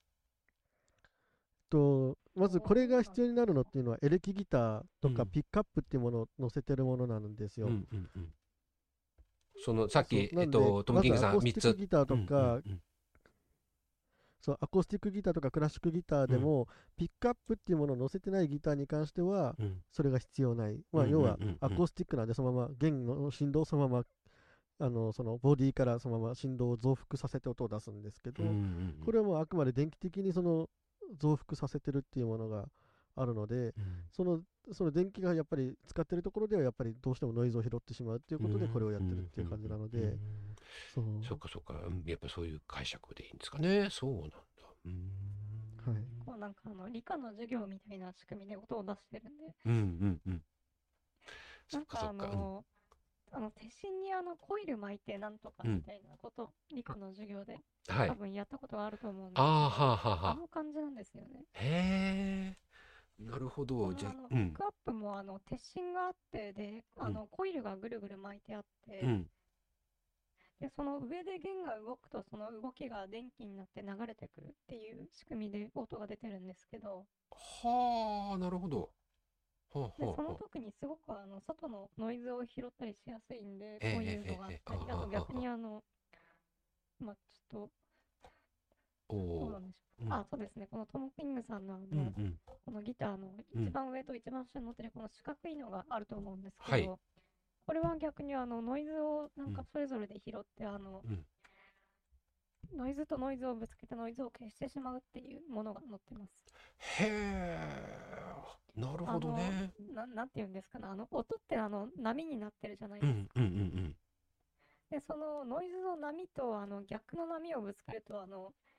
S3: まずこれが必要になるのっていうのはエレキギターとかピックアップっていうものを載せてるものなんですよ。
S2: そのさっきトム・キングさん3つ。
S3: アコースティックギターとか、アコースティックギターとかクラシックギターでも、ピックアップっていうものを載せてないギターに関しては、それが必要ない。要はアコースティックなんでそのまま弦の振動をそのままそのボディからそのまま振動を増幅させて音を出すんですけど、これはもうあくまで電気的にその増幅させてるっていうものがあるので、その電気がやっぱり使ってるところではやっぱりどうしてもノイズを拾ってしまうっていうことでこれをやってるっていう感じなので、
S2: そうかやっぱそういう解釈でいいんですかね。そうなんだ。
S4: こうなんか理科の授業みたいな仕組みで音を出してるんで、なんか鉄心にコイル巻いてなんとかみたいなこと、理科の授業で
S2: はい。
S4: 多分やったことがあると思うんですけ
S2: ああ、
S4: ど、
S2: はあはあは
S4: あ
S2: あ。
S4: の感じなんですよね。
S2: へえ、なるほど。じゃあ、う
S4: ピッ
S2: ん、
S4: クアップも鉄心があって、で、
S2: うん、
S4: コイルがぐるぐる巻いてあって、
S2: うん。
S4: で、その上で弦が動くと、その動きが電気になって流れてくるっていう仕組みで音が出てるんですけど、
S2: はあ、なるほど。ほう
S4: で、
S2: ほうほう。
S4: その時にすごく外のノイズを拾ったりしやすいんで、
S2: え
S4: こういう
S2: え、ええ、ええ、あ
S4: のがあったり、あと
S2: ははは。
S4: 逆にまあ、ちょっと、
S2: おお
S4: どうなんでしょう。
S2: ー。うん、
S4: そうですね、このトム・ピングさんの
S2: うん、うん、
S4: このギターの
S2: うん。
S4: 一番上と一番下に乗ってるこの四角いのがあると思うんですけ
S2: はい。
S4: ど、これは逆にノイズをなんか
S2: うん、
S4: それぞれで拾って、
S2: うん。
S4: ノイズとノイズをぶつけてノイズを消してしまうっていうものが載ってます。
S2: へえ、なるほどね。
S4: なんていうんですかね、音って波になってるじゃない
S2: うん、うん、
S4: ですか。
S2: うん、うん。
S4: で、そのノイズの波と逆の波をぶつけると、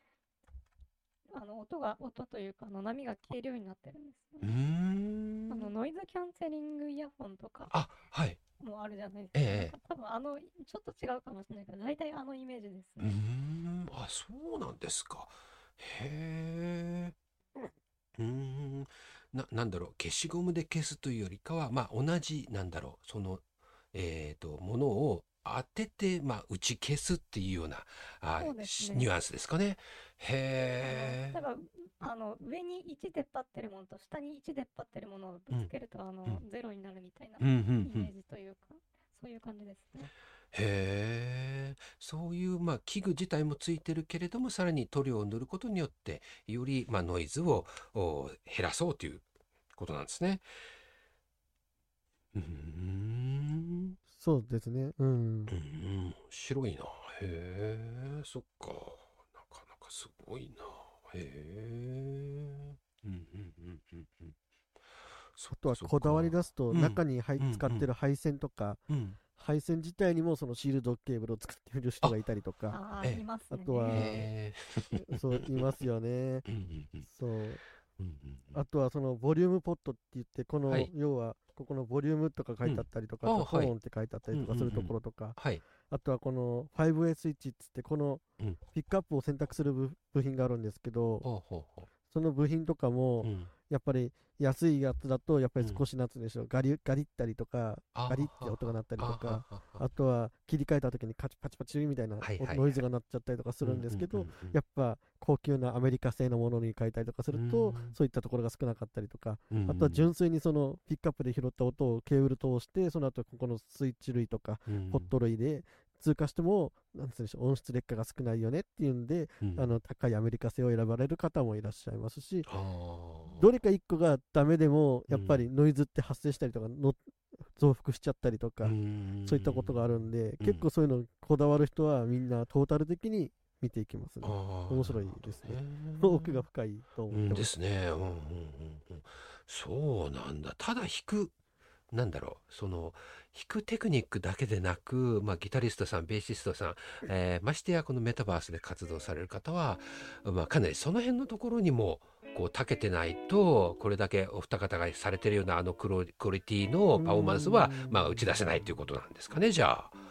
S4: 音というか、波が消えるようになってるんですよ
S2: うー
S4: ね。
S2: ん。
S4: ノイズキャンセリングイヤホンとか
S2: あ、はい。
S4: もあるじゃないです
S2: え
S4: か。なん
S2: え、
S4: か多分ちょっと違うかもしれないけど、大体イメージです
S2: うー
S4: ね。
S2: ん。あ、そうなんですか。へえ。うーん。なんだろう、消しゴムで消すというよりかは、まあ、同じ、なんだろう、ものを当てて、まあ、打ち消すっていうような、
S4: そうですね。
S2: ニュアンスですかね。へえ。
S4: 例えば、上に1出っ張ってるものと下に1出っ張ってるものをぶ
S2: うん、
S4: つけると、
S2: うん、
S4: ゼロになるみたいな
S2: うん、うん、
S4: イメー
S2: うん。
S4: ジというか、そういう感じですね。
S2: へえ。そういう、まあ、器具自体もついてるけれども、さらに塗料を塗ることによって、より、まあ、ノイズを減らそうということなんですね。うーん。
S3: そうですね。うん。
S2: 面白いな。へえ、そっか。なかなかすごいな。へえ。うんうんうんうんうん。そっ
S3: あとは
S2: かそっか。
S3: こだわり出すと、
S2: うん
S3: 中に使って
S2: うん
S3: る配線とか、
S2: うんうん。
S3: 配線自体にもそのシールドケーブルを作っている人
S2: あ、
S3: がいたりとか、
S2: え
S4: います
S3: あ
S4: ね。
S3: とは、
S2: え。へ
S3: そう言いますよね。
S2: うんうんうん。
S3: そう。
S2: うんうんうん。
S3: あとはそのボリュームポットって言って、この
S2: はい。
S3: 要はここのボリュームとか書いてあ
S2: うん。
S3: ったりとか、あと
S2: あ、
S3: はト
S2: はい。
S3: ーンって書いてあった
S2: うんうんう
S3: りとかするとこ
S2: ん。
S3: ろとか、
S2: はい。
S3: あとはこの 5way スイッチっつってこの
S2: うん。
S3: ピックアップを選択する部品があるんですけど、
S2: ほうほうほ
S3: その部品とかも
S2: う。うん。
S3: やっぱり安いやつだとやっぱ
S2: うん。
S3: り少しなんつうんでしょう、ガリったりとか、
S2: あは
S3: ガリって音が
S2: は。
S3: 鳴ったり
S2: あは
S3: とか、
S2: はは。
S3: あとは切り替えた時にカチパチパチみたいな
S2: はいはいはい。
S3: ノイズが鳴っちゃったりとかするん
S2: うんうん
S3: ですけど、
S2: うんうん。
S3: やっぱ高級なアメリカ製のものに変えたりとかす
S2: うー
S3: ると、
S2: ん。
S3: そういったところが少なかったりとか、
S2: うんうんう
S3: あとは純
S2: ん。
S3: 粋にそのピックアップで拾った音をケーブル通して、その後ここのスイッチ類とかポッ
S2: うん。
S3: ト類で通過しても、なんつうんでしょう、音質劣化が少ないよねっていうんで、
S2: うん。
S3: 高いアメリカ製を選ばれる方もいらっしゃいますし、
S2: ああ。
S3: どれか一個がダメでも、やっぱ
S2: うん。
S3: りノイズって発生したりとか増幅しちゃったりと
S2: うー
S3: か、そういったことがあるん
S2: ん。
S3: で、
S2: うん。
S3: 結構そういうのこだわる人はみんなトータル的に見ていきますね。
S2: ああ、
S3: 面白い
S2: なるほど
S3: ですね。奥が
S2: ね。
S3: 深いと
S2: うん
S3: 思ってます。
S2: ですね。うんうんうんうん。そうなんだ。ただ弾く、なんだろう、弾くテクニックだけでなく、まあ、ギタリストさん、ベーシストさん、ましてやこのメタバースで活動される方は、まあ、かなりその辺のところにも、こう、長けてないと、これだけお二方がされてるようなクオリティの
S3: うー
S2: パフォーマンスは、まあ、打ち出せないという
S3: ん。
S2: ことなんですかね、じゃあ。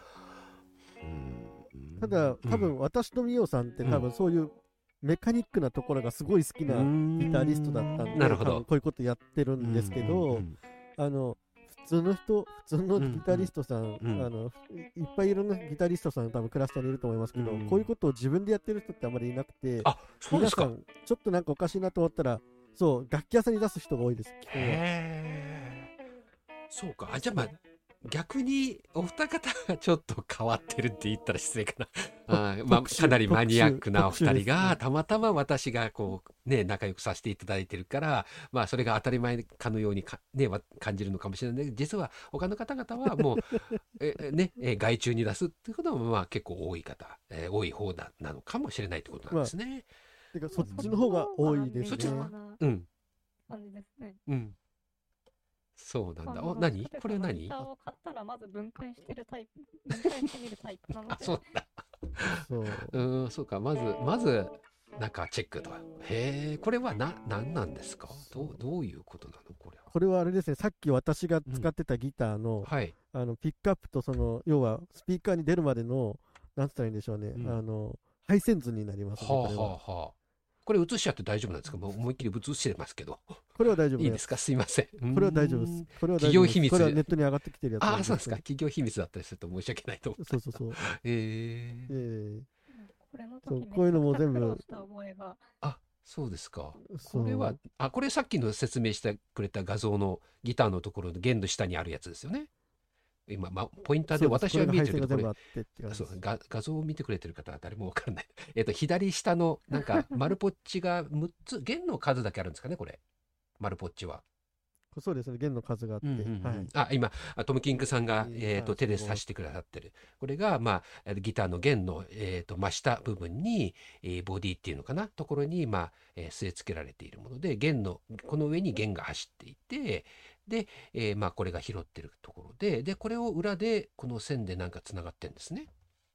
S3: ただ、
S2: うん。
S3: 多分私とミオさんって
S2: うん。
S3: 多分そういうメカニックなところがすごい好き
S2: うー
S3: なギタリストだったんで、
S2: なるほど。
S3: 多分こういうことやってる
S2: うんう
S3: んですけど、
S2: ん
S3: あの、普通の
S2: うん。う
S3: ギタリ
S2: ん
S3: ストさん、
S2: うんうん。
S3: いっぱいいろんなギタリストさん多分クラスターにいると思います
S2: う
S3: けど、こういう
S2: ん。
S3: ことを自分でやってる人ってあまりいなくて、
S2: あ、そうですか。
S3: 皆さん、ちょっとなんかおかしいなと思ったら、そう、楽器屋さんに出す人が多いです、基本は。
S2: へえ。そうか。あ、じゃあまあ、逆にお二方がちょっと変わってるって言ったら失礼かな。まあ、かなりマニアックなお
S3: 特殊
S2: 二人が、
S3: ですね。
S2: たまたま私がこう、ね、仲良くさせていただいてるから、まあ、それが当たり前かのようにね、感じるのかもしれないけど、実は他の方々はもう、外注に出すっていうことも、まあ、結構多い方、多い方なのかもしれないってことなん
S3: まあ、
S2: ですね。
S3: てかそっ
S2: うん。
S3: ちの方が多いで
S4: メ
S2: そっち、
S3: すね。
S4: ジャーな
S2: うん、
S4: 感じですね。
S2: うん。そうなんだ。
S4: どっちかというと、
S2: これは何？
S4: ギターを買ったらまず分解してるタイプ、分解してみるタイプなの
S2: あ、そう
S4: で、
S2: なんだ。
S3: そ
S2: そうか。まず、なんかチェックと。へえ、これはなんなんですか？どういうことなのこれは。
S3: これはあれですね、さっき私が使ってたギターの、
S2: はい。
S3: ピックアップと要はスピーカーに出るまでの、なんつったらいいんでしょうね、配線図になりますね、これは。
S2: これ映しちゃって大丈夫なんですか？もう思いっきり映してますけど。
S3: これは大丈夫です。
S2: いいですか？すいません。
S3: これは大丈夫です。これは
S2: 企業秘密。
S3: これはネットに上がってきてるやつなんです。
S2: そうですか。企業秘密だったりすると申し訳ないと思って。
S3: そう。こ
S4: れの時
S3: こういうのも全部。
S2: そうですか。これは、これさっきの説明してくれた画像のギターのところの弦の下にあるやつですよね。今、ポインターで私は見えてるけど、画像を見てくれてる方は誰もわからない。左下のなんか丸ポッチが6つ、弦の数だけあるんですかね、これ。丸ポッチは。
S3: そうですね、弦の数があって。
S2: 今、トム・キングさんが、手で指してくださってる。これが、ギターの弦の、真下部分に、ボディっていうのかな、ところに、据え付けられているもので、この上に弦が走っていて、で、これが拾ってるところで、これを裏で、この線でなんかつながってるんですね。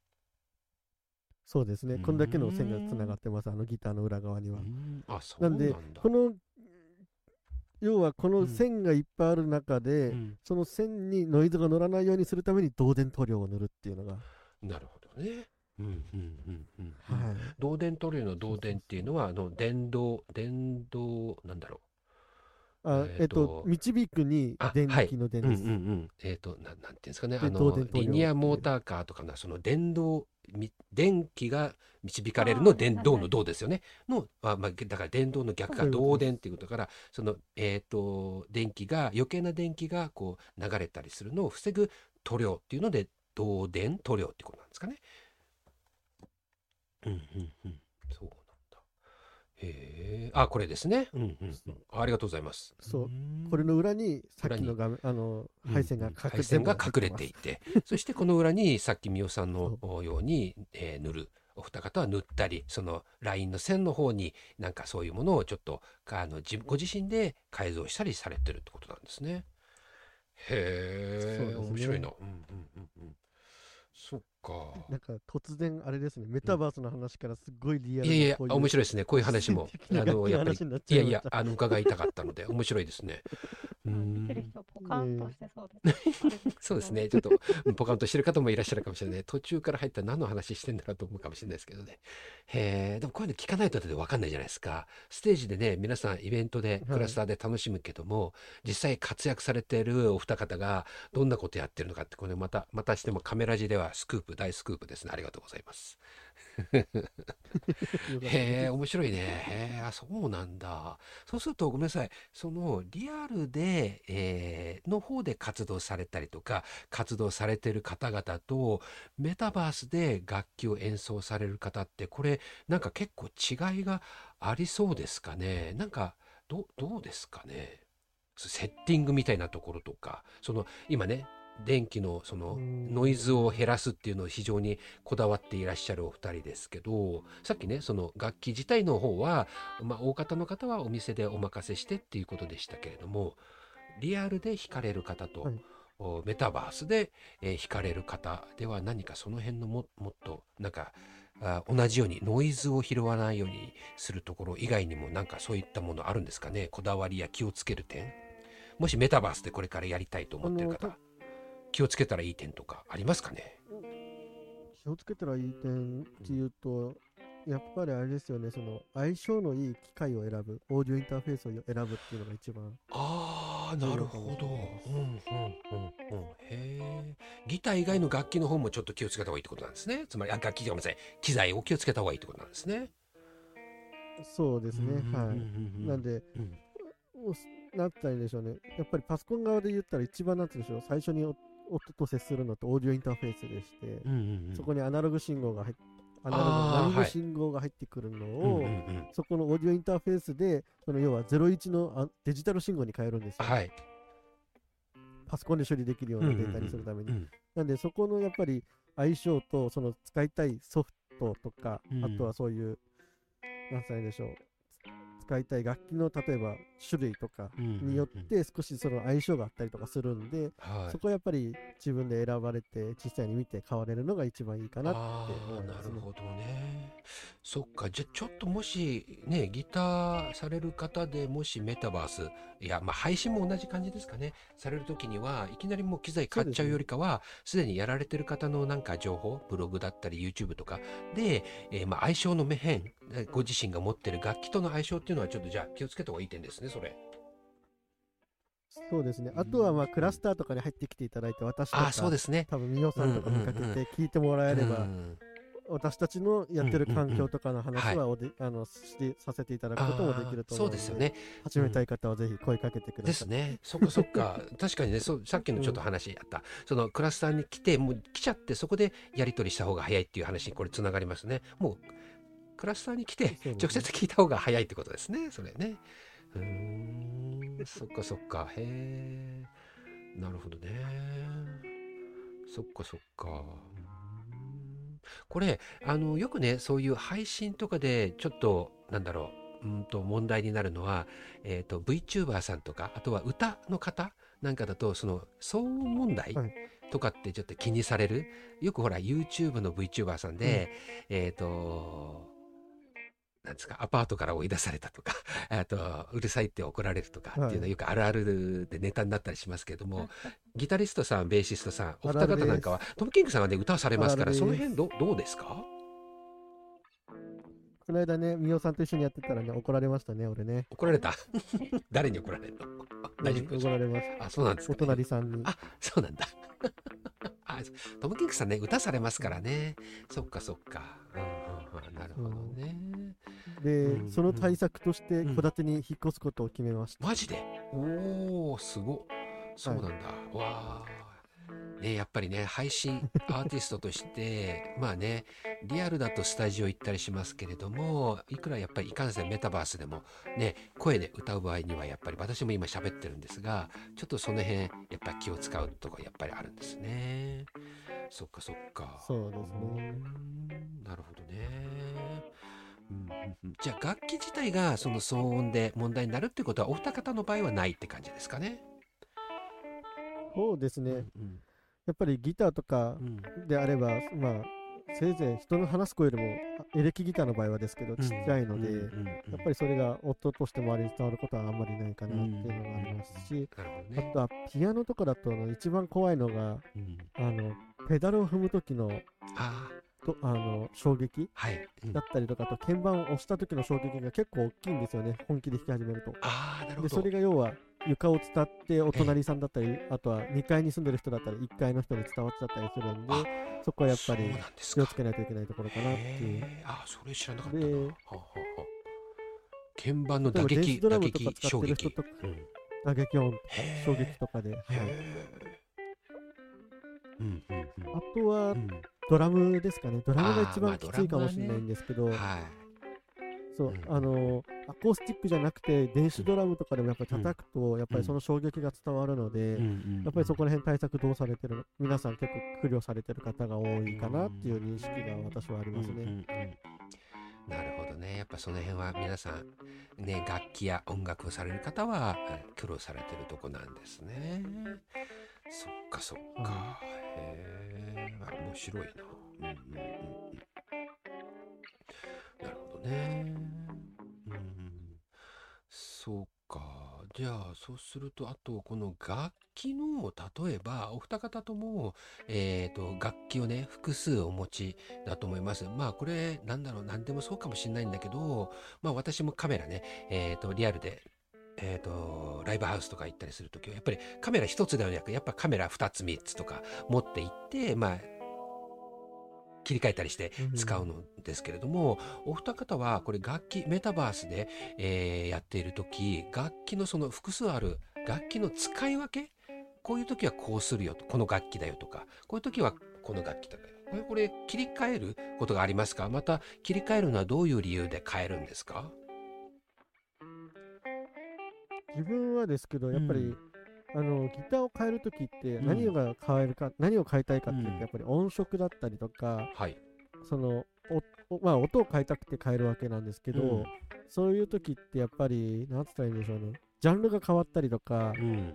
S3: そうですね、こんだけの線がつながってます、ギターの裏側には。
S2: なんで、
S3: 要はこの線がいっぱいある中で、その線にノイズが乗らないようにするために導電塗料を塗るっていうのが。
S2: なるほどね。導電塗料の導電っていうのは電動なんだろ
S3: う。導くに電気の電です。
S2: なんていうんですかね、リニアモーターカーとかのその電気が導かれるの電動の動ですよね。だから電動の逆が導電っていうことから、その余計な電気がこう流れたりするのを防ぐ塗料っていうので導電塗料ってことなんですかね。そうなんだ。へえ。これですね。ありがとうございます。
S3: そう。これの裏にさっきの配線が
S2: 隠れていて、そしてこの裏にさっきみおさんのように塗る。お二方は塗ったり、そのラインの線の方になんかそういうものをちょっとご自身で改造したりされてるってことなんですね。へえ、面白いな。そっか。
S3: なんか突然あれですね、メタバースの話からすごいリアル
S2: な。いや面白いですね。こういう話もやっぱり伺いたかったので面白いですね。
S4: 見てる人ポカンとしてそうですね。
S2: そうですね。ちょっとポカンとしてる方もいらっしゃるかもしれない。途中から入ったら何の話してんだろうと思うかもしれないですけどね。でもこういうの聞かないとだって分かんないじゃないですか。ステージでね、皆さんイベントでクラスターで楽しむけども、実際活躍されているお二方がどんなことやってるのかって、これまたしてもカメラ字では大スクープですね。ありがとうございます。面白いね。そうなんだ。そうするとごめんなさい。そのリアルで、の方で活動されたりとか、活動されてる方々とメタバースで楽器を演奏される方って、これなんか結構違いがありそうですかね。なんかどうですかね。セッティングみたいなところとか、今ね、電気のそのノイズを減らすっていうのを非常にこだわっていらっしゃるお二人ですけど、さっきね、その楽器自体の方は、大方の方はお店でお任せしてっていうことでしたけれども、リアルで弾かれる方と、メタバースで弾かれる方では、何かその辺のもっとなんか同じようにノイズを拾わないようにするところ以外にも、なんかそういったものあるんですかね。こだわりや気をつける点、もしメタバースでこれからやりたいと思ってる方、気をつけたらいい点とかありますかね。
S3: 気をつけたらいい点っていうと、やっぱりあれですよね、その相性のいい機械を選ぶ、オーディオインターフェースを選ぶっていうのが一番。
S2: なるほど。ギター以外の楽器の方もちょっと気をつけた方がいいってことなんですね。つまり楽器、ごめんなさい、機材を気をつけた方がいいってことなんですね。
S3: そうですね。なんで、なんて言ったらいいんでしょうね。やっぱりパソコン側で言ったら一番なんて言うんでしょう、最初に音と接するのってオーディオインターフェースでして、そこにアナログ信号が入って、ナミの信号が入ってくるのを、そこのオーディオインターフェースで、要は01のデジタル信号に変えるんですよ。パソコンで処理できるようなデータにするために。なんで、そこのやっぱり相性と、その使いたいソフトとか、あとはそういう、なんて言うんでしょう、 使いたい楽器の例えば種類とかによって少しその相性があったりとかするんで、そこはやっぱり自分で選ばれて実際に見て買われるのが一番いいかなって思いますね。
S2: なるほどね。そっか。じゃあちょっともしね、ギターされる方でもしメタバース、いや、まあ配信も同じ感じですかね。されるときにはいきなりもう機材買っちゃうよりかは、すでにやられてる方のなんか情報、ブログだったり YouTube とかで、まあ相性の面、ご自身が持ってる楽器との相性っていうのはちょっとじゃあ気をつけた方がいい点ですね、それ。
S3: そうですね。あとはまあクラスターとかに入ってきていただいて、私とか
S2: そうですね。
S3: 多分ミオさんとか見かけて聞いてもらえれば、私たちのやってる環境とかの話はさせていただくこともできると思うので、そうですよね。始めたい方はぜひ声かけてください。
S2: ですね。そっか。確かにね、さっきのちょっと話あった、そのクラスターに来て、もう来ちゃってそこでやり取りした方が早いっていう話にこれつながりますね。もうクラスターに来て直接聞いた方が早いってことですね。それね。そっか。へえ。なるほどね。そっか。これよくね、そういう配信とかでちょっと問題になるのは、VTuber さんとか、あとは歌の方なんかだと、その騒音問題とかってちょっと気にされる。よくほら YouTube の VTuber さんで、なんですか、アパートから追い出されたとかうるさいって怒られるとかっていうのはよくあるあるでネタになったりしますけれども、ギタリストさん、ベーシストさん、お二方なんかはトム・キングさんはね、歌をされますから、その辺どうですか？
S3: この間ね、ミオさんと一緒にやってたらね、怒られましたね、俺ね。
S2: 怒られた誰に怒られるの？大丈夫？
S3: 怒られます。
S2: そうなんですか、
S3: お隣さんに。
S2: そうなんだトム・キングさんね、歌されますからね。そっか。なるほどね。
S3: で、その対策として戸建てに引っ越すことを決めました。
S2: マジで？おー、すご。そうなんだ。わー。ね、やっぱりね、配信アーティストとしてまあね、リアルだとスタジオ行ったりしますけれども、いくらやっぱりいかんせんメタバースでもね、声で歌う場合にはやっぱり、私も今喋ってるんですが、ちょっとその辺やっぱり気を使うとこやっぱりあるんですね。そっか。
S3: そうですね。
S2: なるほどね。じゃあ楽器自体がその騒音で問題になるってことは、お二方の場合はないって感じですかね？
S3: そうですね。やっぱりギターとかであれば、まあせいぜい人の話す声よりもエレキギターの場合はですけどちっちゃいので、やっぱりそれが音として周りに伝わることはあんまりないかなっていうのがありますし、あとはピアノとかだと一番怖いのが、ペダルを踏む時の衝撃だったりとか、あと鍵盤を押した時の衝撃が結構大きいんですよね、本気で弾き始めると。でそれが要は床を伝ってお隣さんだったり、あとは2階に住んでる人だったり1階の人に伝わっちゃったりするんで、そこはやっぱり気をつけないといけないところかなっていう。
S2: それ知らなかったな。鍵盤の打撃衝撃、
S3: 打撃音、衝撃とかで、あとはドラムですかね。ドラムが一番きついかもしれないんですけど、そう、アコースティックじゃなくて電子ドラムとかでもやっぱり叩くとやっぱりその衝撃が伝わるので、やっぱりそこら辺対策どうされてるの、皆さん結構苦慮されてる方が多いかなっていう認識が私はありますね。
S2: なるほどね。やっぱその辺は皆さんね、楽器や音楽をされる方は苦労されてるとこなんですね。そっか。面白いな。なるほどね。そうか。じゃあそうすると、あとこの楽器の、例えばお二方とも楽器をね複数お持ちだと思います。まあこれ何でもそうかもしれないんだけど、まあ私もカメラねリアルでライブハウスとか行ったりするときはやっぱりカメラ一つではなく、やっぱカメラ2つ3つとか持って行って、まあ切り替えたりして使うのですけれども、お二方はこれ楽器メタバースで、やっている時、楽器のその複数ある楽器の使い分け、こういう時はこうするよと、この楽器だよとか、こういう時はこの楽器だよ、これ切り替えることがありますか？また切り替えるのはどういう理由で変えるんですか？
S3: 自分はですけど、やっぱり、ギターを変えるときって何が変えるか、何を変えたいかっていうと、やっぱり音色だったりとか、そのまあ音を変えたくて変えるわけなんですけど、
S2: うん
S3: そういう時ってやっぱりなんつったらいいんでしょうね、ジャンルが変わったりとか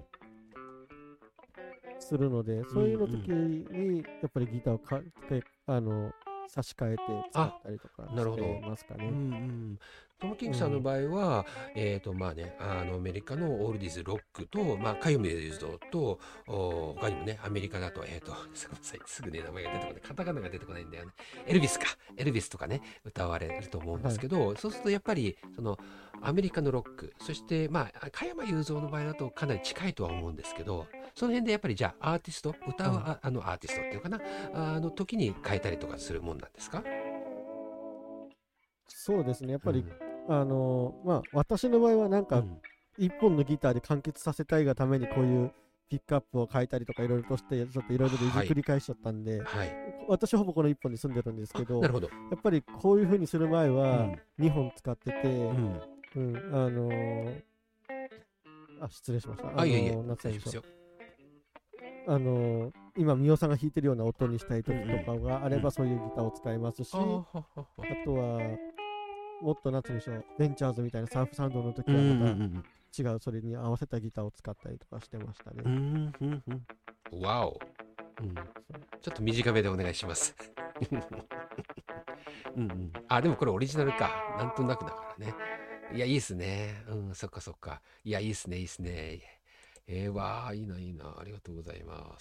S3: するので、そういうの時にやっぱりギターを差し替えて使ったりとかしてますかね。
S2: トム・キングさんの場合は、まあね、アメリカのオールディーズロックと、まあ、カヨミルズと、他にもね、アメリカだと、すみません、すぐね、名前が出てこない、カタカナが出てこないんだよね。エルビスとかね、歌われると思うんですけど、そうするとやっぱり、その、アメリカのロック、そして、まあ、加山雄三の場合だとかなり近いとは思うんですけど、その辺でやっぱり、じゃあ、アーティスト、歌うアーティストっていうかな、時に変えたりとかするもんなんですか？
S3: そうですね、やっぱり、まあ、私の場合はなんか、一本のギターで完結させたいがためにこういうピックアップを変えたりとかいろいろとしてちょっといろいろでいじくり返しちゃったんで、私ほぼこの1本に住んでるんですけど、やっぱりこういう風にする前は2本使ってて、失礼しました。今三尾さんが弾いてるような音にしたい時とかがあればそういうギターを使いますし、あとはもっとなんて言うんでしょう、ベンチャーズみたいなサーフサウンドの時はまた違う、それに合わせたギターを使ったりとかしてましたね。
S2: わお、ちょっと短めでお願いします。でもこれオリジナルか、なんとなくだからね。いや、いいっすね。そっかそっか。いや、いいっすね、いいっすね。わあ、いいな、いいな。ありがとうございます。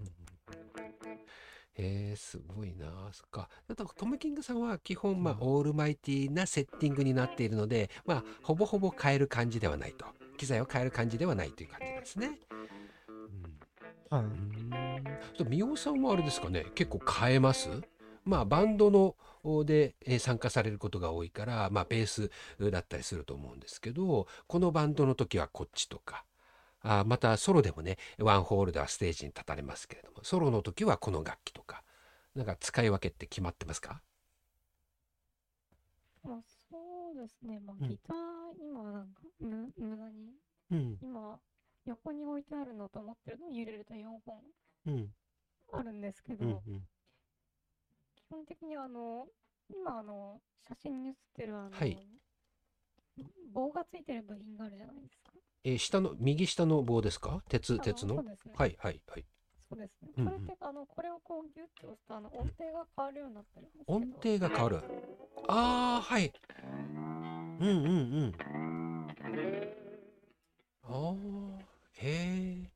S2: すごいな。そっか。あと、トム・キングさんは基本、まあ、オールマイティなセッティングになっているので、まあ、ほぼほぼ変える感じではないと。機材を変える感じではないという感じなんですね。三尾さんはあれですかね、結構変えます？まあ、バンドので参加されることが多いから、まあ、ベースだったりすると思うんですけど、このバンドの時はこっちとか、またソロでもね、ワンホールではステージに立たれますけれども、ソロの時はこの楽器とか、なんか使い分けって決まってますか？
S4: そうですね、ギター、今なんか無駄に、今横に置いてあるのと思ってるのを入れると4本あるんですけど、基本的に今写真に写ってる棒がついてる部品があるじゃないですか。
S2: 右下の棒ですか？鉄の。
S4: そうですね。
S2: はいはいはい。
S4: そうですね。これってこれをこうギュッと押すと音程が変わるようになってるんですけど。
S2: 音程が変わる。はい。へえ。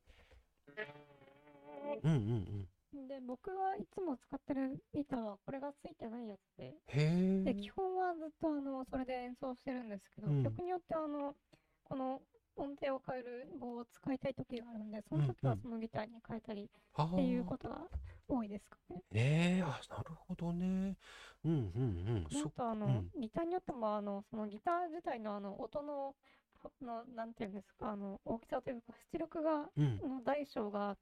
S4: で、僕はいつも使ってるギターはこれがついてないやつで、で、基本はずっとそれで演奏してるんですけど、曲によってこの音程を変える棒を使いたい時があるんで、その時はそのギターに変えたりっていうことが多いですかね。
S2: なるほどね。
S4: あとギターによってもそのギター自体の音のなんていうんですか、大きさというか出力がの大小があって、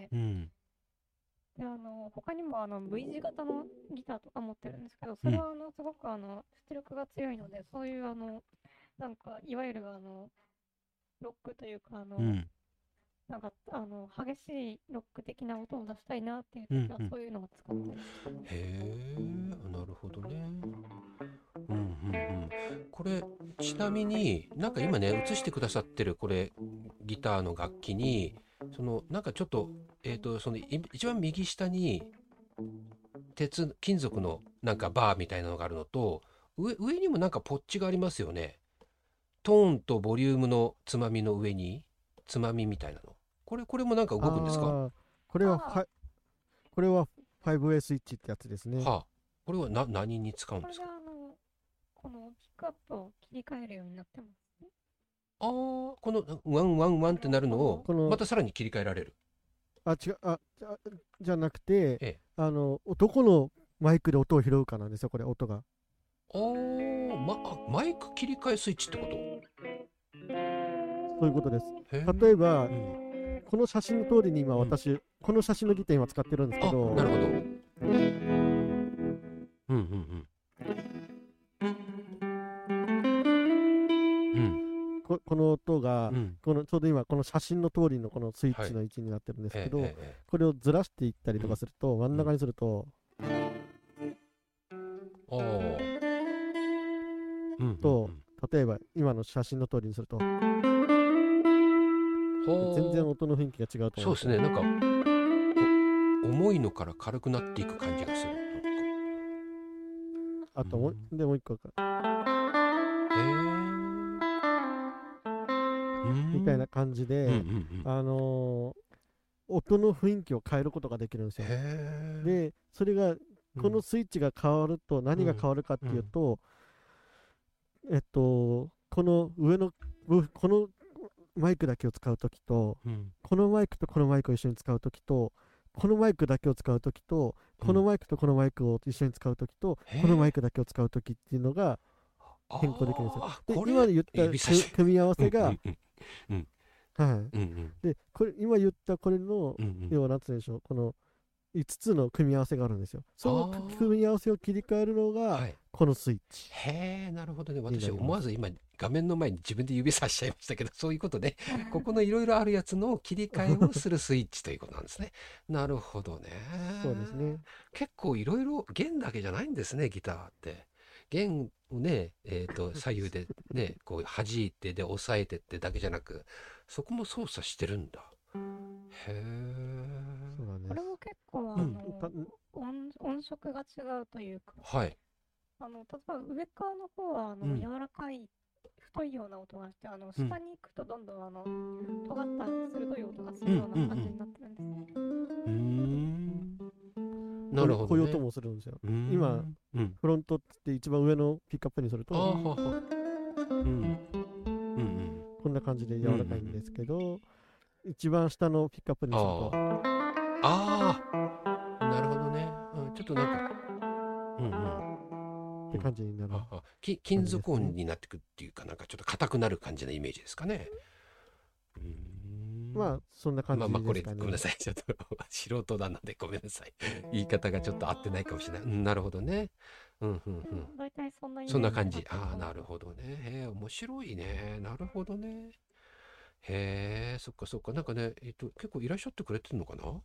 S4: で他にもV 字型のギターとか持ってるんですけど、それはすごく出力が強いので、そういうなんかいわゆるロックというかなんか激しいロック的な音を出したいなっていう時はそういうのを使ってる。
S2: なるほどね。これちなみになんか今ね映してくださってるこれギターの楽器になんかちょっとその一番右下に金属のなんかバーみたいなのがあるのと上にもなんかポッチがありますよね。トーンとボリュームのつまみの上につまみみたいなの。これもなんか動くんですか？
S3: これは 5way スイッチってやつですね。
S2: これは何に使うんですか？
S4: このピックアップを切り替えるようになってますね。
S2: このワンワンワンってなるのをまたさらに切り替えられる。
S3: じゃなくて、どこのマイクで音を拾うかなんですよ、これ、音が。
S2: マイク切り替えスイッチってこと？
S3: そういうことです。例えば、この写真の通りに今私、この写真のギター今使ってるんですけど、
S2: なるほど。
S3: この音が、ちょうど今この写真の通りのこのスイッチの位置になってるんですけど、これをずらしていったりとかすると、真ん中にすると、
S2: あー、うんうん
S3: と、例えば今の写真の通りにすると、
S2: うん、
S3: 全然
S2: は
S3: 音の雰囲気が違う
S2: あ、
S3: と思うんですよ。
S2: そうですね。なんか重いのから軽くなっていく感じがする。
S3: あとも
S2: うん、
S3: でもう一個か
S2: へえ、うん、
S3: みたいな感じ
S2: うんうんう
S3: で、
S2: ん、
S3: 音の雰囲気を変えることができるんですよ。
S2: へえ、
S3: で、それが、このスイッチが変わると何が変わるかっていうと、この上の、このマイクだけを使うときと、
S2: うん、
S3: このマイクとこのマイクを一緒に使うときと、このマイクだけを使うときと、このマイクとこのマイクを一緒に使うときと、このマイクだけを使うときっていうのが変更できるんですよ。で、
S2: これ
S3: 今言った
S2: 指差し、
S3: 組み合わせが、
S2: うんうんうん、
S3: はい。
S2: うんうん
S3: で、これ、今言ったこれの、
S2: うんうん、
S3: 要は何つうんでしょう、この5つの組み合わせがあるんですよ。その組み合わせを切り替えるのが、
S2: はい、
S3: このスイッチ
S2: へえ、なるほどね。
S3: になります。
S2: 私思わず今画面の前に自分で指さしちゃいましたけど、そういうことで、ここのいろいろあるやつの切り替えをするスイッチということなんですね。なるほどね。
S3: そうですね。
S2: 結構いろいろ弦だけじゃないんですね、ギターって。弦をね、左右でね、こう弾いてで押さえてってだけじゃなく、そこも操作してるんだ。へえ。
S3: そうなんです。
S4: これも結構音色が違うというか、
S2: はい。
S4: 例えば上側の方は柔らかい太いような音がして、下に行くとどんどん尖った鋭い音がするような感じになってるんですね。
S2: なるほどね。
S3: こういう音もするんですよ。今、フロントって一番上のピックアップにすると、こんな感じで柔らかいんですけど、一番下のピックアップにすると、
S2: なるほどね。ちょっとなんか、
S3: って感じになる。
S2: 金属音になってくっていうか、なんかちょっと硬くなる感じのイメージですかね。
S3: まあ、そんな感じですかね。
S2: これ、ごめんなさい。ちょっと素人なのでごめんなさい。言い方がちょっと合ってないかもしれない。なるほどね。
S4: 大体そんなイメージ。
S2: そんな感じ。なるほどね。面白いね。なるほどね。へえ、そっかそっか。なんかね、結構いらっしゃってくれてるのかな。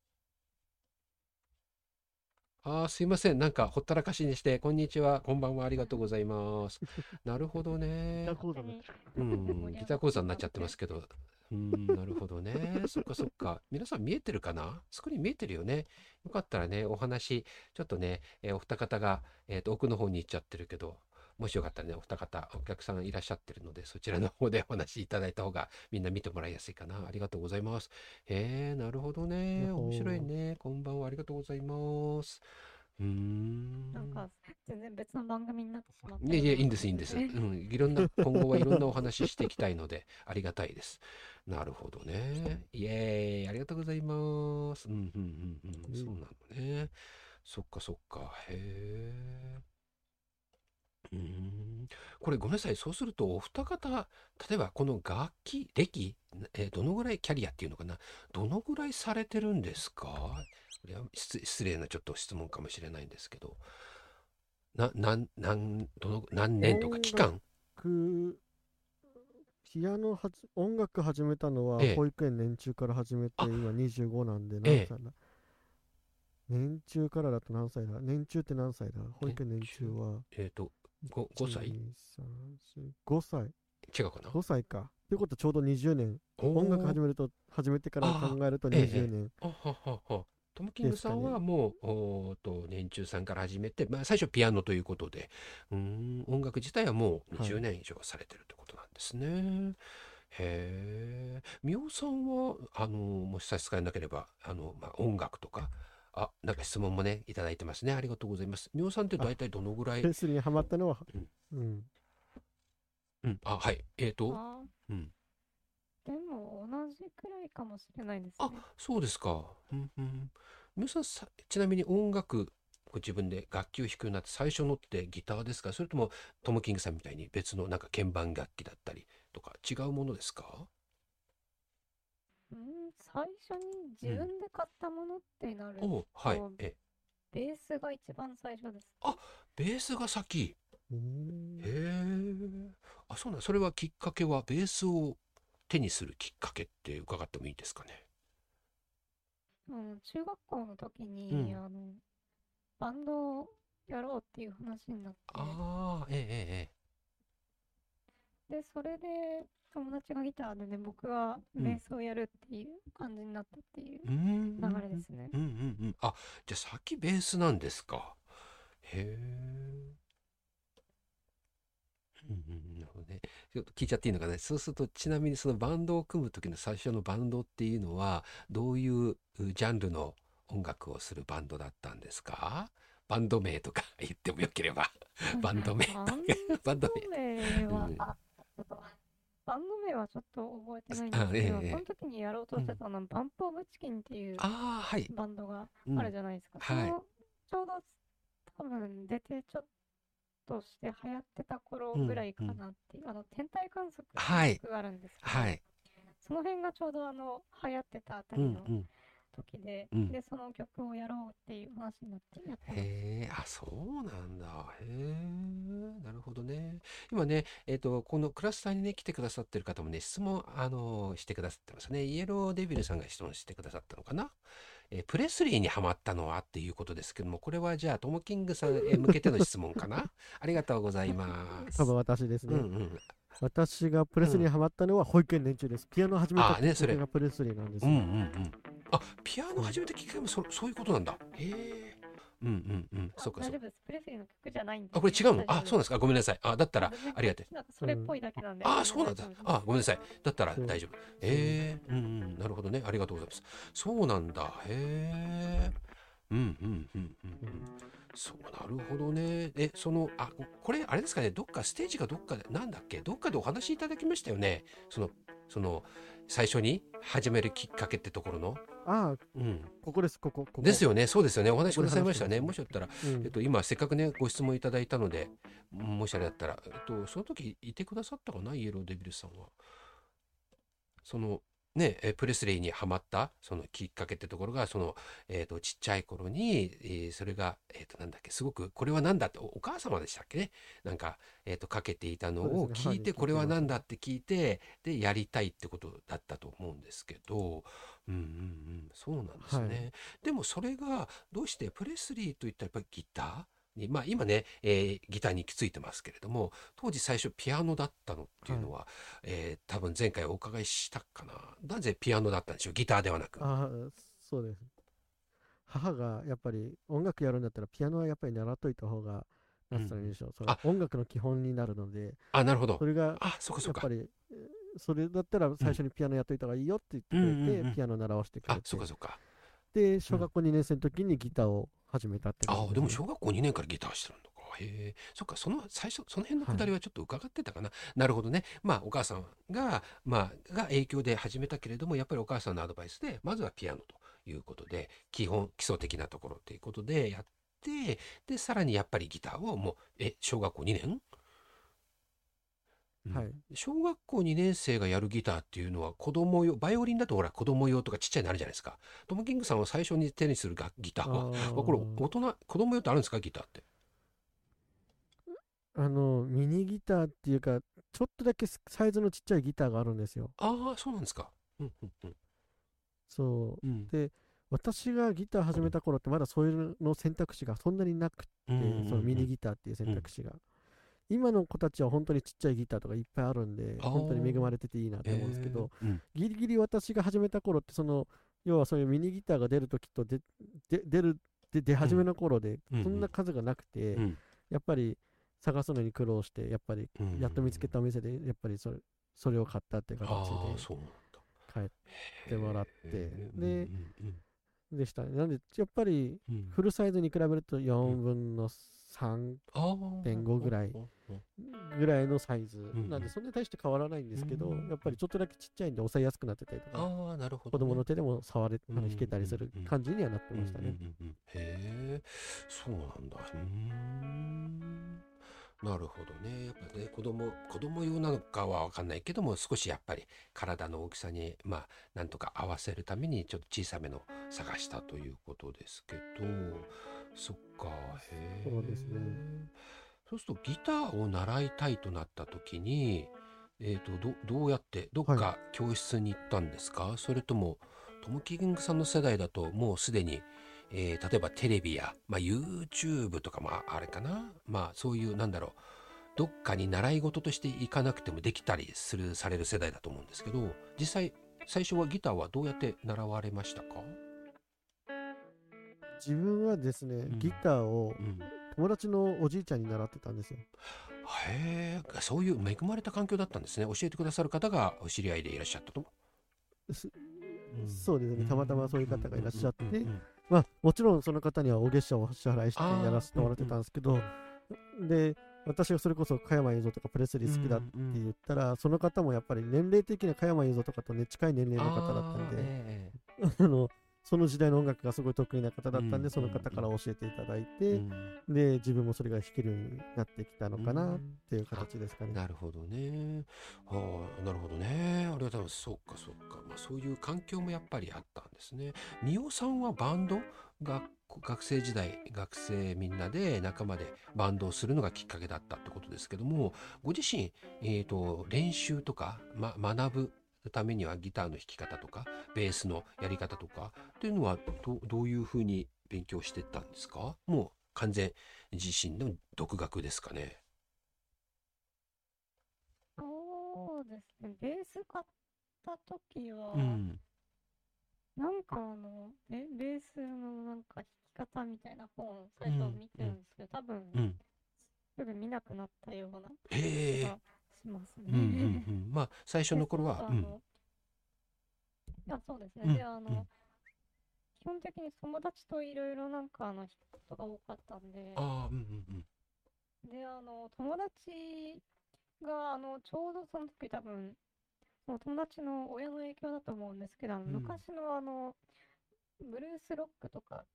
S2: すいません。なんかほったらかしにして、こんにちは、こんばんは、ありがとうございます。なるほどね。
S3: ギター講座に。
S2: ギター講座になっちゃってますけど。なるほどね。そっかそっか。皆さん見えてるかな？スクリーン見えてるよね。よかったらね、お話、ちょっとね、お二方が、奥の方に行っちゃってるけど、もしよかったらね、お二方、お客さんいらっしゃってるので、そちらの方でお話しいただいた方が、みんな見てもらいやすいかな。ありがとうございます。なるほどね。面白いね。こんばんは、ありがとうございます。
S4: なんか全然別の番組になってしまった。
S2: いや、いいんです、いいんです。今後はいろんなお話ししていきたいので、ありがたいです。なるほどね。イエーイ、ありがとうございます。そうなのね。そっかそっか。へえ。これごめんなさい。そうすると、お二方、例えばこの楽器、歴、どのぐらいキャリアっていうのかな。どのぐらいされてるんですか？これは失礼なちょっと質問かもしれないんですけど。何年とか期間？
S3: 音楽始めたのは保育園年中から始めて、今25なんで何歳だ、年中からだと何歳だ、年中って何歳だ、保育園年中は
S2: 5歳
S3: 5歳
S2: 違うかな。
S3: 5歳か。ということはちょうど20年。音楽始めてから考えると20年。
S2: トム・キングさんはもう年中さんから始めて、最初ピアノということで、音楽自体はもう20年以上されてるということなんですね。へえ。みおさんはもし差し支えなければ音楽とか、なんか質問もねいただいてますね。ありがとうございます。みおさんって大体どのぐらい？
S3: フェスにハマったのは、
S2: はい。
S4: でも同じくらいかもしれないですね。
S2: そうですか。みおさんちなみに音楽、ご自分で楽器を弾くようになって最初のってギターですか？それともトム・キングさんみたいに別のなんか鍵盤楽器だったりとか違うものですか？
S4: 最初に自分で買ったものってなると、ベースが一番最初です。
S2: ベースが先。へえ。そうなん。それはきっかけはベースを手にするきっかけって伺ってもいいですかね？
S4: 中学校の時に、バンドやろうっていう話になって、
S2: ああ、
S4: で、それで友達がギターでね、僕がベースをやるっていう感じになったっていう流れですね。
S2: あ、じゃあ先ベースなんですか。へえ。なるほどね。ちょっと聞いちゃっていいのかな。そうすると、ちなみにそのバンドを組む時の最初のバンドっていうのは、どういうジャンルの音楽をするバンドだったんですか？バンド名とか言ってもよければ。バンド名とか。バンド名
S4: は、バンド名はちょっと覚えてないんですけど、その時にやろうとしてたのは、バンプ・オブ・チキンっていうバンドがあるじゃないですか。そのちょうど多分出てちょっとして流行ってた頃ぐらいかなっていう、天体観測の曲があるんですけど、その辺がちょうど流行ってたあたりの時で、でその曲をやろうっていう話になってやってます。
S2: へえ、あ、そうなんだ。へえ、なるほどね。今ね、このクラスターにね、来てくださってる方もね、質問、してくださってますね。イエローデビルさんが質問してくださったのかな。プレスリーにハマったのはっていうことですけども、これはじゃあ、トモキングさんへ向けての質問かな。ありがとうございます。
S3: 多分私ですね。私がプレスリーにハマったのは保育園年中です。ピアノを始めたきっかけがプレスリーなんです。
S2: あ、ピアノ始めたきっかけもそういうことなんだ。へえ。そうかそうか。
S4: 大丈夫です。プレスリーの曲じゃないんで。
S2: あ、これ違うの？あ、そうなんですか。ごめんなさい。あ、だったらありがとう。
S4: なんかそれっぽいだけなんで。
S2: あ、そうなんだ。あ、ごめんなさい。だったら大丈夫。なるほどね。ありがとうございます。そうなんだ。へえ。そう、なるほどね。これあれですかね。どっかステージがどっかでなんだっけ？どっかでお話しいただきましたよね。その最初に始めるきっかけってところの。
S3: ここです。ここ
S2: ですよね。そうですよね。お話しくださいましたね。もしあったら、今せっかくねご質問いただいたので、もしあれだったら、その時いてくださったかな、イエローデビルさんは。そのね、プレスリーにハマったそのきっかけってところが、ちっちゃい頃に、それが、なんだっけ、すごくこれは何だって、お母様でしたっけね、なんか、かけていたのを聞いて、これは何だって聞いて、でやりたいってことだったと思うんですけど、そうなんですね。でもそれがどうしてプレスリーといったらやっぱりギターに、今ね、ギターに行き着いてますけれども、当時最初ピアノだったのっていうのは、多分前回お伺いしたかな。なぜピアノだったんでしょう、ギターではなく。
S3: そうです。母がやっぱり音楽やるんだったらピアノはやっぱり習っといた方がなんて言うんでしょう、音楽の基本になるので、
S2: なるほど。
S3: それがやっぱりそれだったら最初にピアノやっといた方がいいよって言ってくれて、ピアノ習わせてくれて、で小学校2年生の時にギターを始めたって感じですね。
S2: でも小学校2年からギターしてるのか。へえ、そっか、最初その辺のくだりはちょっと伺ってたかな。なるほどね。お母さんが影響で始めたけれども、やっぱりお母さんのアドバイスでまずはピアノということで、基礎的なところということでやって、でさらにやっぱりギターをもう小学校2年、小学校2年生がやるギターっていうのは子供用、バイオリンだとほら子供用とかちっちゃいのあるじゃないですか。トム・キングさんは最初に手にするギターはこれ子供用ってあるんですか、ギターって。
S3: ミニギターっていうか、ちょっとだけサイズのちっちゃいギターがあるんですよ。
S2: そうなんですか。
S3: そう。で、私がギター始めた頃ってまだそういうの選択肢がそんなになくて、そのミニギターっていう選択肢が。今の子たちは本当にちっちゃいギターとかいっぱいあるんで、本当に恵まれてていいなと思うんですけど、ギリギリ私が始めた頃って、要はそういうミニギターが出る時と出始めの頃で、そんな数がなくて、やっぱり、探すのに苦労して、やっぱりやっと見つけたお店でやっぱりそれを買ったっていう形で帰ってもらってでしたね。なんでやっぱりフルサイズに比べると4分の3.5ぐらいのサイズなんで、そんなに大して変わらないんですけど、やっぱりちょっとだけちっちゃいんで押さえやすくなってたりとか、子供の手でも弾けたりする感じにはなってましたね。
S2: へえ、そうなんだ。なるほどね。やっぱね、子供用なのかは分かんないけども、少しやっぱり体の大きさになんとか合わせるためにちょっと小さめの探したということですけど、そっか。へえ。
S3: そうですね。
S2: そうするとギターを習いたいとなった時に、どうやってどっか教室に行ったんですか？それともトム・キングさんの世代だともうすでに例えばテレビや、YouTube とかあれかな、そういうどっかに習い事として行かなくてもできたりされる世代だと思うんですけど、実際最初はギターはどうやって習われましたか？
S3: 自分はですね、ギターを友達のおじいちゃんに習ってたんですよ。
S2: へえ、そういう恵まれた環境だったんですね。教えてくださる方がお知り合いでいらっしゃったと。
S3: そうですね、たまたまそういう方がいらっしゃって、もちろんその方にはお月謝を支払いしてやらせてもらってたんですけど、で私がそれこそ加山雄三とかプレスリー好きだって言ったら、その方もやっぱり年齢的には加山雄三とかとね近い年齢の方だったんで、その時代の音楽がすごい得意な方だったんで、その方から教えていただいて、で自分もそれが弾けるようになってきたのかなっていう形ですかね。
S2: なるほどね。なるほどね。ありがとうございます。そうかそうか。そういう環境もやっぱりあったんですね。みおさんはバンドが学生時代、学生みんなで仲間でバンドをするのがきっかけだったってことですけども、ご自身、練習とか、学ぶためにはギターの弾き方とかベースのやり方とかっていうのはどういうふうに勉強してったんですか？もう完全自身の独学ですかね？
S4: そうですね、ベース買った時は、ベースの弾き方みたいな本を最初見てるんですけど、多分、すぐ見なくなったような気がしますね。
S2: 最初の頃は、
S4: そうですね。で、基本的に友達といろいろ弾くことが多かったんで、で、友達が、ちょうどその時多分、その友達の親の影響だと思うんですけど、昔のブルースロックとか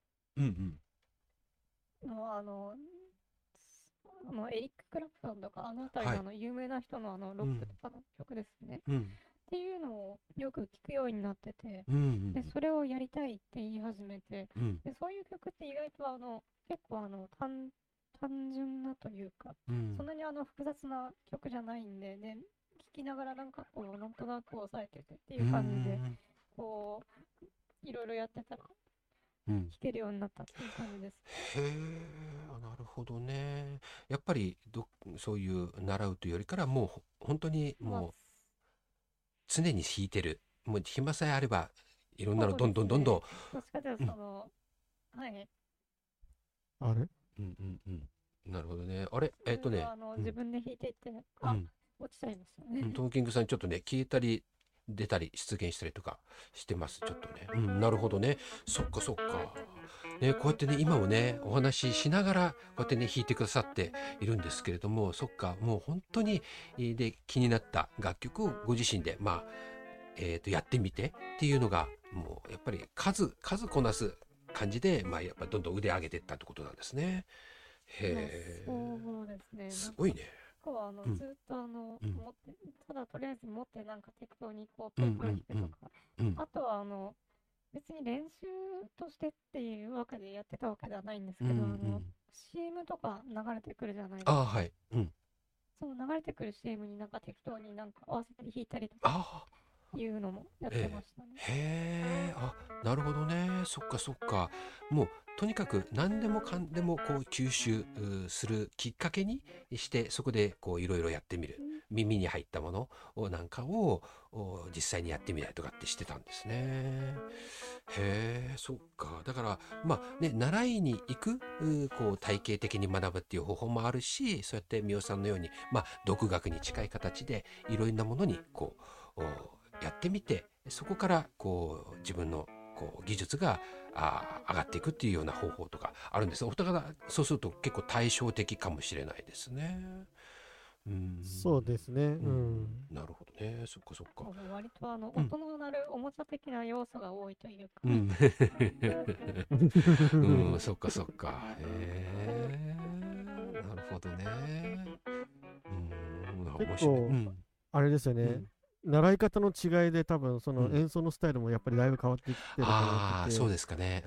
S4: のエリック・クラプトンとかあの辺りの有名な人のロックとかの曲ですね。っていうのをよく聞くようになってて、でそれをやりたいって言い始めて、でそういう曲って意外と結構単純なというか、そんなに複雑な曲じゃないんで、聴きながらなんとなく抑えててっていう感じで、こういろいろやってたら弾けるようになったっていう感じです。
S2: へえ、なるほどね。やっぱりそういう習うというよりからもう本当にもう常に弾いてる、もう暇さえあればいろんなのどんどん。
S4: どっちかというとはい。
S3: あれ？
S2: なるほどね。あれ
S4: 自分で弾いていって落ちちゃいましたね。
S2: トーキングさんちょっとね消えたり出たり出現したりとかしてますちょっとね。なるほどね。そっかね、こうやってね今もねお話ししながらこうやってね弾いてくださっているんですけれども、そっか、もう本当にで気になった楽曲をご自身でやってみてっていうのがもうやっぱり数こなす感じでやっぱどんどん腕上げていったってことなんですね。へえ。
S4: そうですね。
S2: すごいね。
S4: ずっと持って、ただとりあえず持って適当にこうペットしてとか、あとは別に練習としてっていうわけでやってたわけではないんですけど、CM とか流れてくるじゃないですか。
S2: はい。
S4: その流れてくる CM に適当に合わせたり弾いたりとかいうのもやってましたね。
S2: へえ、なるほどね。そっか。もうとにかく何でもかんでもこう吸収するきっかけにして、そこでこういろいろやってみる、耳に入ったものをなんかを実際にやってみたりとかってしてたんですね。へえ、そっか。だから習いに行くこう体系的に学ぶっていう方法もあるし、そうやってみおさんのように独学に近い形でいろんなものにこうやってみて、そこからこう自分のこう技術が上がっていくっていうような方法とかあるんです。お互いそうすると結構対照的かもしれないですね。
S3: そうですね。
S2: なるほどね。そっか。
S4: 割と音の鳴るおもちゃ的な要素が多いというか。
S2: そっか。へえ。なるほどね。
S3: 結構あれですよね。習い方の違いで多分その演奏のスタイルもやっぱりだいぶ変わってきてると思ってて、
S2: そうですかね。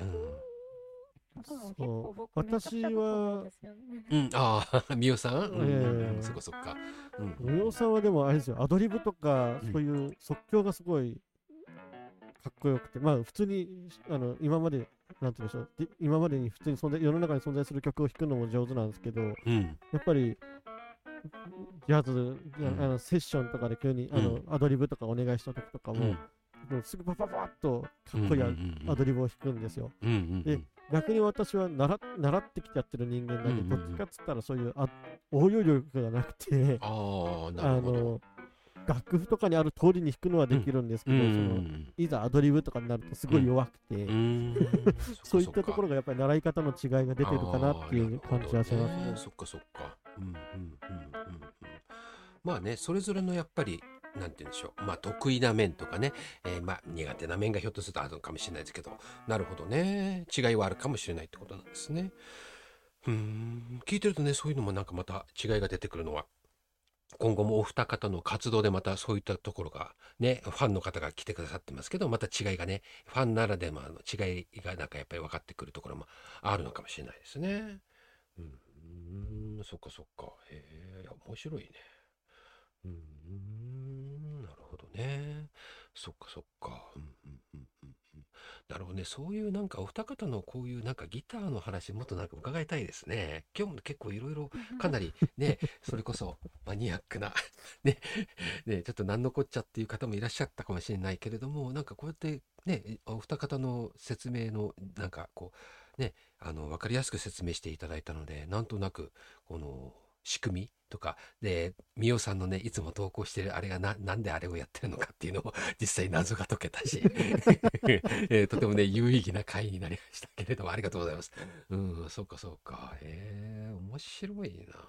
S3: 私は
S2: みおさん、そっか。
S3: みおさんはでもあれですよ、アドリブとかそういう即興がすごいかっこよくて、まあ普通に今までなんて言うんでしょう、今までに普通に世の中に存在する曲を弾くのも上手なんですけど、やっぱりジャズ、セッションとかで急にアドリブとかお願いした時とかも、すぐパパパッとかっこいいアドリブを弾くんですよ。で、逆に私は習ってきてやってる人間なんで、どっちかっつったらそういう応用力がなくて、楽譜とかにある通りに弾くのはできるんですけど、いざアドリブとかになるとすごい弱くて、そういったところがやっぱり習い方の違いが出てるかなっていう感じはしますね。
S2: そっかそっか。まあね、それぞれのやっぱりなんて言うんでしょう、まあ得意な面とかね、まあ苦手な面がひょっとするとあるかもしれないですけど、なるほどね、違いはあるかもしれないってことなんですね。聞いてるとね、そういうのもなんかまた違いが出てくるのは、今後もお二方の活動でまたそういったところがね、ファンの方が来てくださってますけど、また違いがね、ファンならではの違いがなんかやっぱり分かってくるところもあるのかもしれないですね。そっかそっか。面白いね。なるほどね。そっかそっか。なるほどね。そういうなんかお二方のこういうなんかギターの話もっとなんか伺いたいですね。今日も結構いろいろかなりね、それこそマニアックなね、ちょっと何のこっちゃっていう方もいらっしゃったかもしれないけれども、なんかこうやってね、お二方の説明のなんかこうね、分かりやすく説明していただいたので、なんとなくこの仕組みとかで、みおさんのね、いつも投稿してるあれがなんであれをやってるのかっていうのも実際謎が解けたし、とてもね、有意義な回になりましたけれども、ありがとうございます。そうかそうか。面白いな。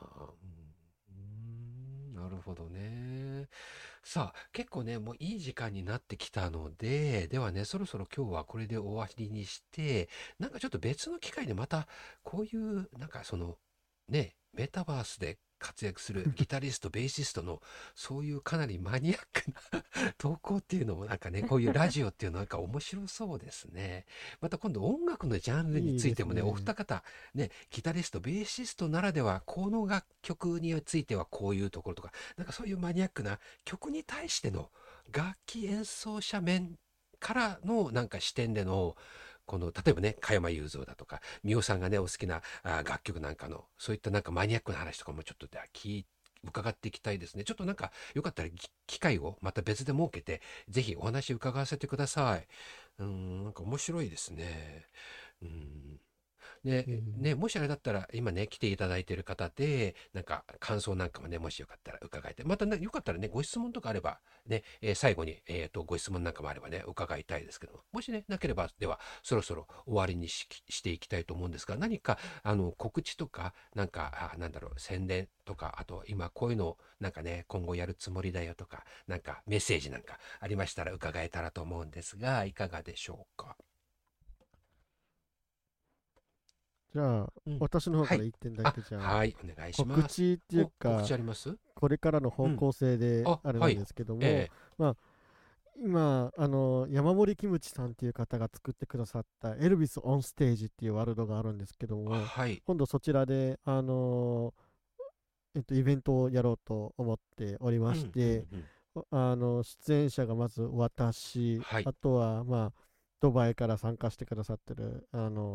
S2: なるほどね。さあ、結構ね、もういい時間になってきたので、ではね、そろそろ今日はこれで終わりにして、なんかちょっと別の機会でまた、こういう、なんかその、ね、メタバースで活躍するギタリスト、ベーシストの、そういうかなりマニアックな投稿っていうのもなんかね、こういうラジオっていうのなんか面白そうですね。また今度音楽のジャンルについてもね、お二方、ね、ギタリスト、ベーシストならでは、この楽曲についてはこういうところとか、なんかそういうマニアックな曲に対しての楽器演奏者面からのなんか視点での、この例えばね、加山雄三だとか、美桜さんがね、お好きな楽曲なんかの、そういったなんかマニアックな話とかもちょっと伺っていきたいですね。ちょっとなんか、よかったら機会をまた別で設けて、ぜひお話伺わせてください。なんか面白いですね。ね、もしあれだったら、今ね、来ていただいている方で、なんか感想なんかもね、もしよかったら伺いたい。またね、よかったらね、ご質問とかあれば、ね、最後に、ご質問なんかもあればね、伺いたいですけども、もしね、なければ、では、そろそろ終わりにしていきたいと思うんですが、何か、告知とか、なんか、なんだろう、宣伝とか、あと、今こういうのを、なんかね、今後やるつもりだよとか、なんかメッセージなんかありましたら伺えたらと思うんですが、いかがでしょうか。
S3: じゃあ、私の方から1点だけじゃあ、
S2: はい、お願いします。
S3: 告知っていうか、
S2: 告知あります？
S3: これからの方向性であれなんですけども、まあ、今、山森キムチさんっていう方が作ってくださったエルビスオンステージっていうワールドがあるんですけども、今度そちらで、イベントをやろうと思っておりまして、出演者がまず私、あとは、まあ、ドバイから参加してくださってる、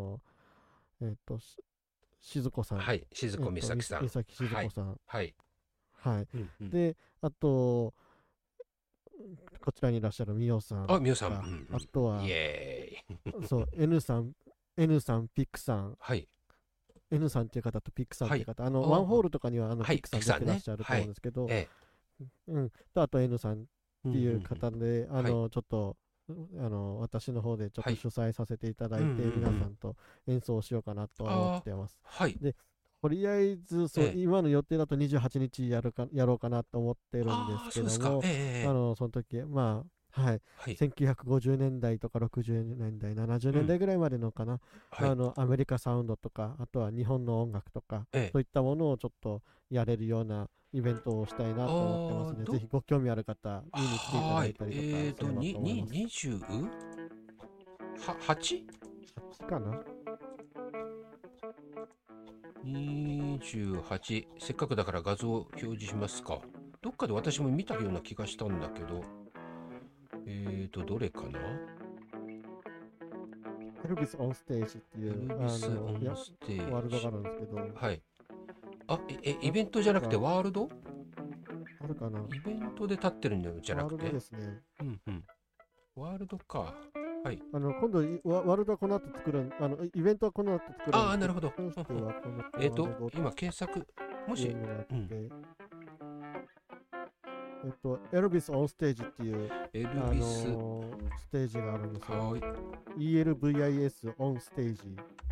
S3: 静子さん。
S2: 静子美咲さん。
S3: 美咲静子さん。
S2: はい。
S3: で、あと、こちらにいらっしゃるみおさん。
S2: みおさん。
S3: あとは、そう、N さん、ピックさん。N さんっていう方とピックさんっていう方。ワンホールとかにはピックさん出てらっしゃると思うんですけど、あと N さんっていう方で、ちょっと、私の方でちょっと主催させていただいて、皆さんと演奏しようかなと思ってます。で、とりあえず今の予定だと28日やろうかなと思ってるんですけども、その時、まあ、1950年代とか60年代、70年代ぐらいまでのかな、アメリカサウンドとか、あとは日本の音楽とか、そういったものをちょっとやれるようなイベントをしたいなと思ってますので、ぜひご興味ある方、見に来ていただいたりとかすればと思います。28かな
S2: 28。せっかくだから画像表示しますか。どっかで私も見たような気がしたんだけど、どれかな。
S3: エルビスオンステージっていう、ワールドがあるんですけど。
S2: はい。イベントじゃなくてワールド
S3: あるかな。
S2: イベントで立ってるんじゃなくて。
S3: ワールドですね。
S2: ワールドか。はい。
S3: 今度ワールドはこの後作る、イベントはこの後作る。
S2: なるほど。今検索、もし、
S3: エルビスオンステージっていうステージがあるんですよ。ELVIS オンステージ。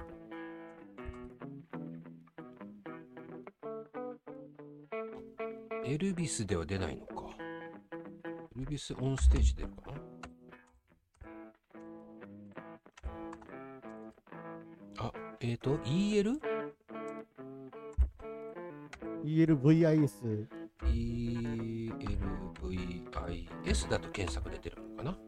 S2: エルビスでは出ないのか。エルビスオンステージ出るかな。EL？
S3: ELVIS。
S2: ELVIS だと検索で出るのかな。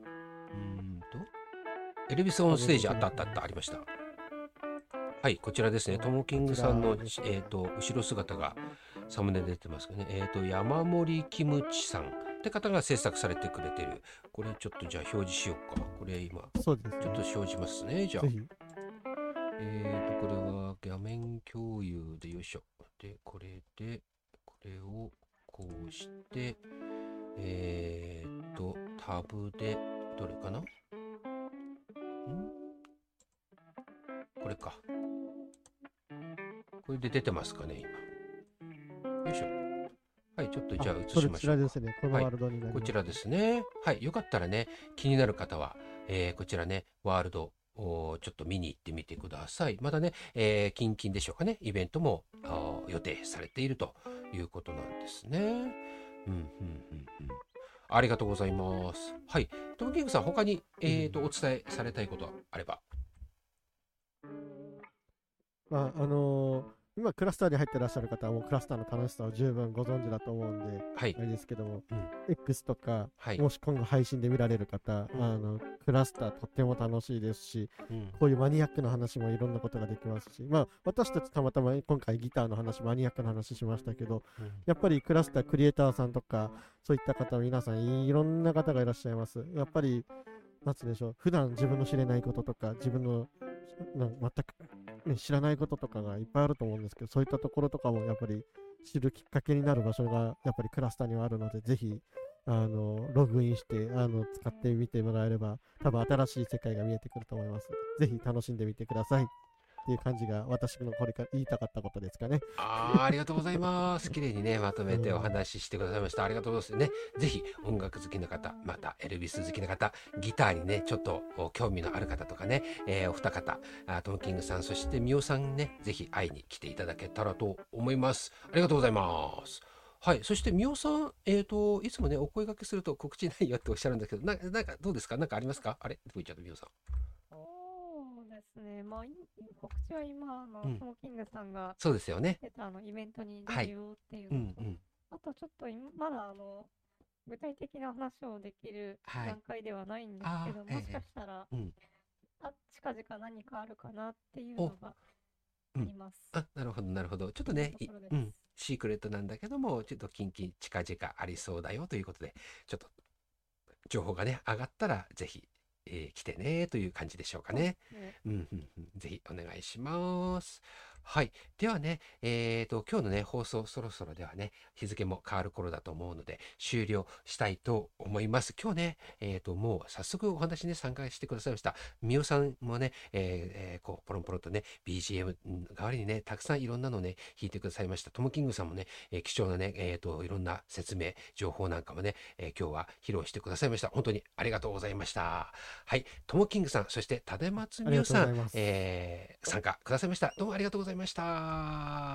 S2: エルビスオンステージあったありました。はい、こちらですね。トモキングさんの、後ろ姿がサムネで出てますけどね。山森キムチさんって方が制作されてくれてる。これちょっとじゃあ表示しようか。これ今、
S3: そうですね、
S2: ちょっと表示ますね。じゃあ。これは画面共有でよいしょ。で、これをこうして、タブで、どれかな？これか。これで出てますかね、今。よいしょ。はい、ちょっとじゃあ映しましょうか。
S3: こちらですね。このワールドになります。
S2: こちらですね。はい、よかったらね、気になる方は、こちらね、ワールド、ちょっと見に行ってみてください。またね、近々でしょうかね、イベントも予定されているということなんですね。ありがとうございます。はい。トムキングさん、他に、お伝えされたいことあれば。
S3: 今クラスターに入ってらっしゃる方はもうクラスターの楽しさを十分ご存知だと思うんで、
S2: はい、
S3: あれですけども、X とか、
S2: はい、
S3: もし今後配信で見られる方、クラスターとっても楽しいですし、こういうマニアックな話もいろんなことができますし、私たちたまたま今回ギターの話、マニアックな話しましたけど、やっぱりクラスタークリエイターさんとかそういった方皆さんいろんな方がいらっしゃいます。やっぱりなんつうんでしょう、普段自分の知れないこととか自分の全く、知らないこととかがいっぱいあると思うんですけど、そういったところとかもやっぱり知るきっかけになる場所がやっぱりクラスターにはあるので、ぜひログインして使ってみてもらえれば多分新しい世界が見えてくると思います。ぜひ楽しんでみてくださいっていう感じが私のこれから言いたかったことですかね。
S2: ありがとうございます。綺麗にねまとめてお話ししてくださいました。ありがとうございますね。ぜひ音楽好きな方、またエルビス好きな方、ギターにねちょっと興味のある方とかね、お二方、トムキングさんそしてミオさんね、ぜひ会いに来ていただけたらと思います。ありがとうございます。はい、そしてミオさん、いつもねお声掛けすると告知ないよっておっしゃるんだけど、なんかどうですか？なんかありますか？あれどこ行っちゃったミオさん。
S4: そうですね。告知は今トモキングさんが
S2: そうですよね。
S4: イベントに出るよっていうのと、あとちょっとまだ具体的な話をできる段階ではないんですけど、もしかしたら、近々何かあるかなっていうのがあります。
S2: なるほどなるほど。ちょっとね、シークレットなんだけども、ちょっと近々々ありそうだよということで、ちょっと情報がね上がったらぜひ、来てねという感じでしょうかね。ぜひお願いします。はい。ではね、今日のね、放送そろそろではね、日付も変わる頃だと思うので、終了したいと思います。今日ね、もう早速お話に、参加してくださいました。みおさんもね、こう、ポロンポロンとね、BGM 代わりにね、たくさんいろんなのね、弾いてくださいました。トムキングさんもね、貴重なね、いろんな説明、情報なんかもね、今日は披露してくださいました。本当にありがとうございました。はい。トモキングさん、そして立松美代さん、参加くださいました。どうもありがとうございました。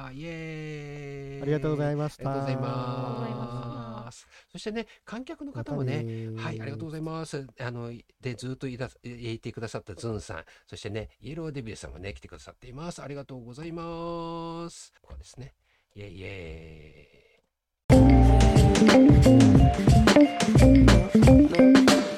S2: イエーイ。
S3: ありがとうございました。
S2: ありがとうございます。そしてね、観客の方もね、はい、ありがとうございます。で、ずっといてくださったズンさん、そしてね、イエローデビューさんもね、来てくださっています。ありがとうございます。ここですね。イエイイエーイ。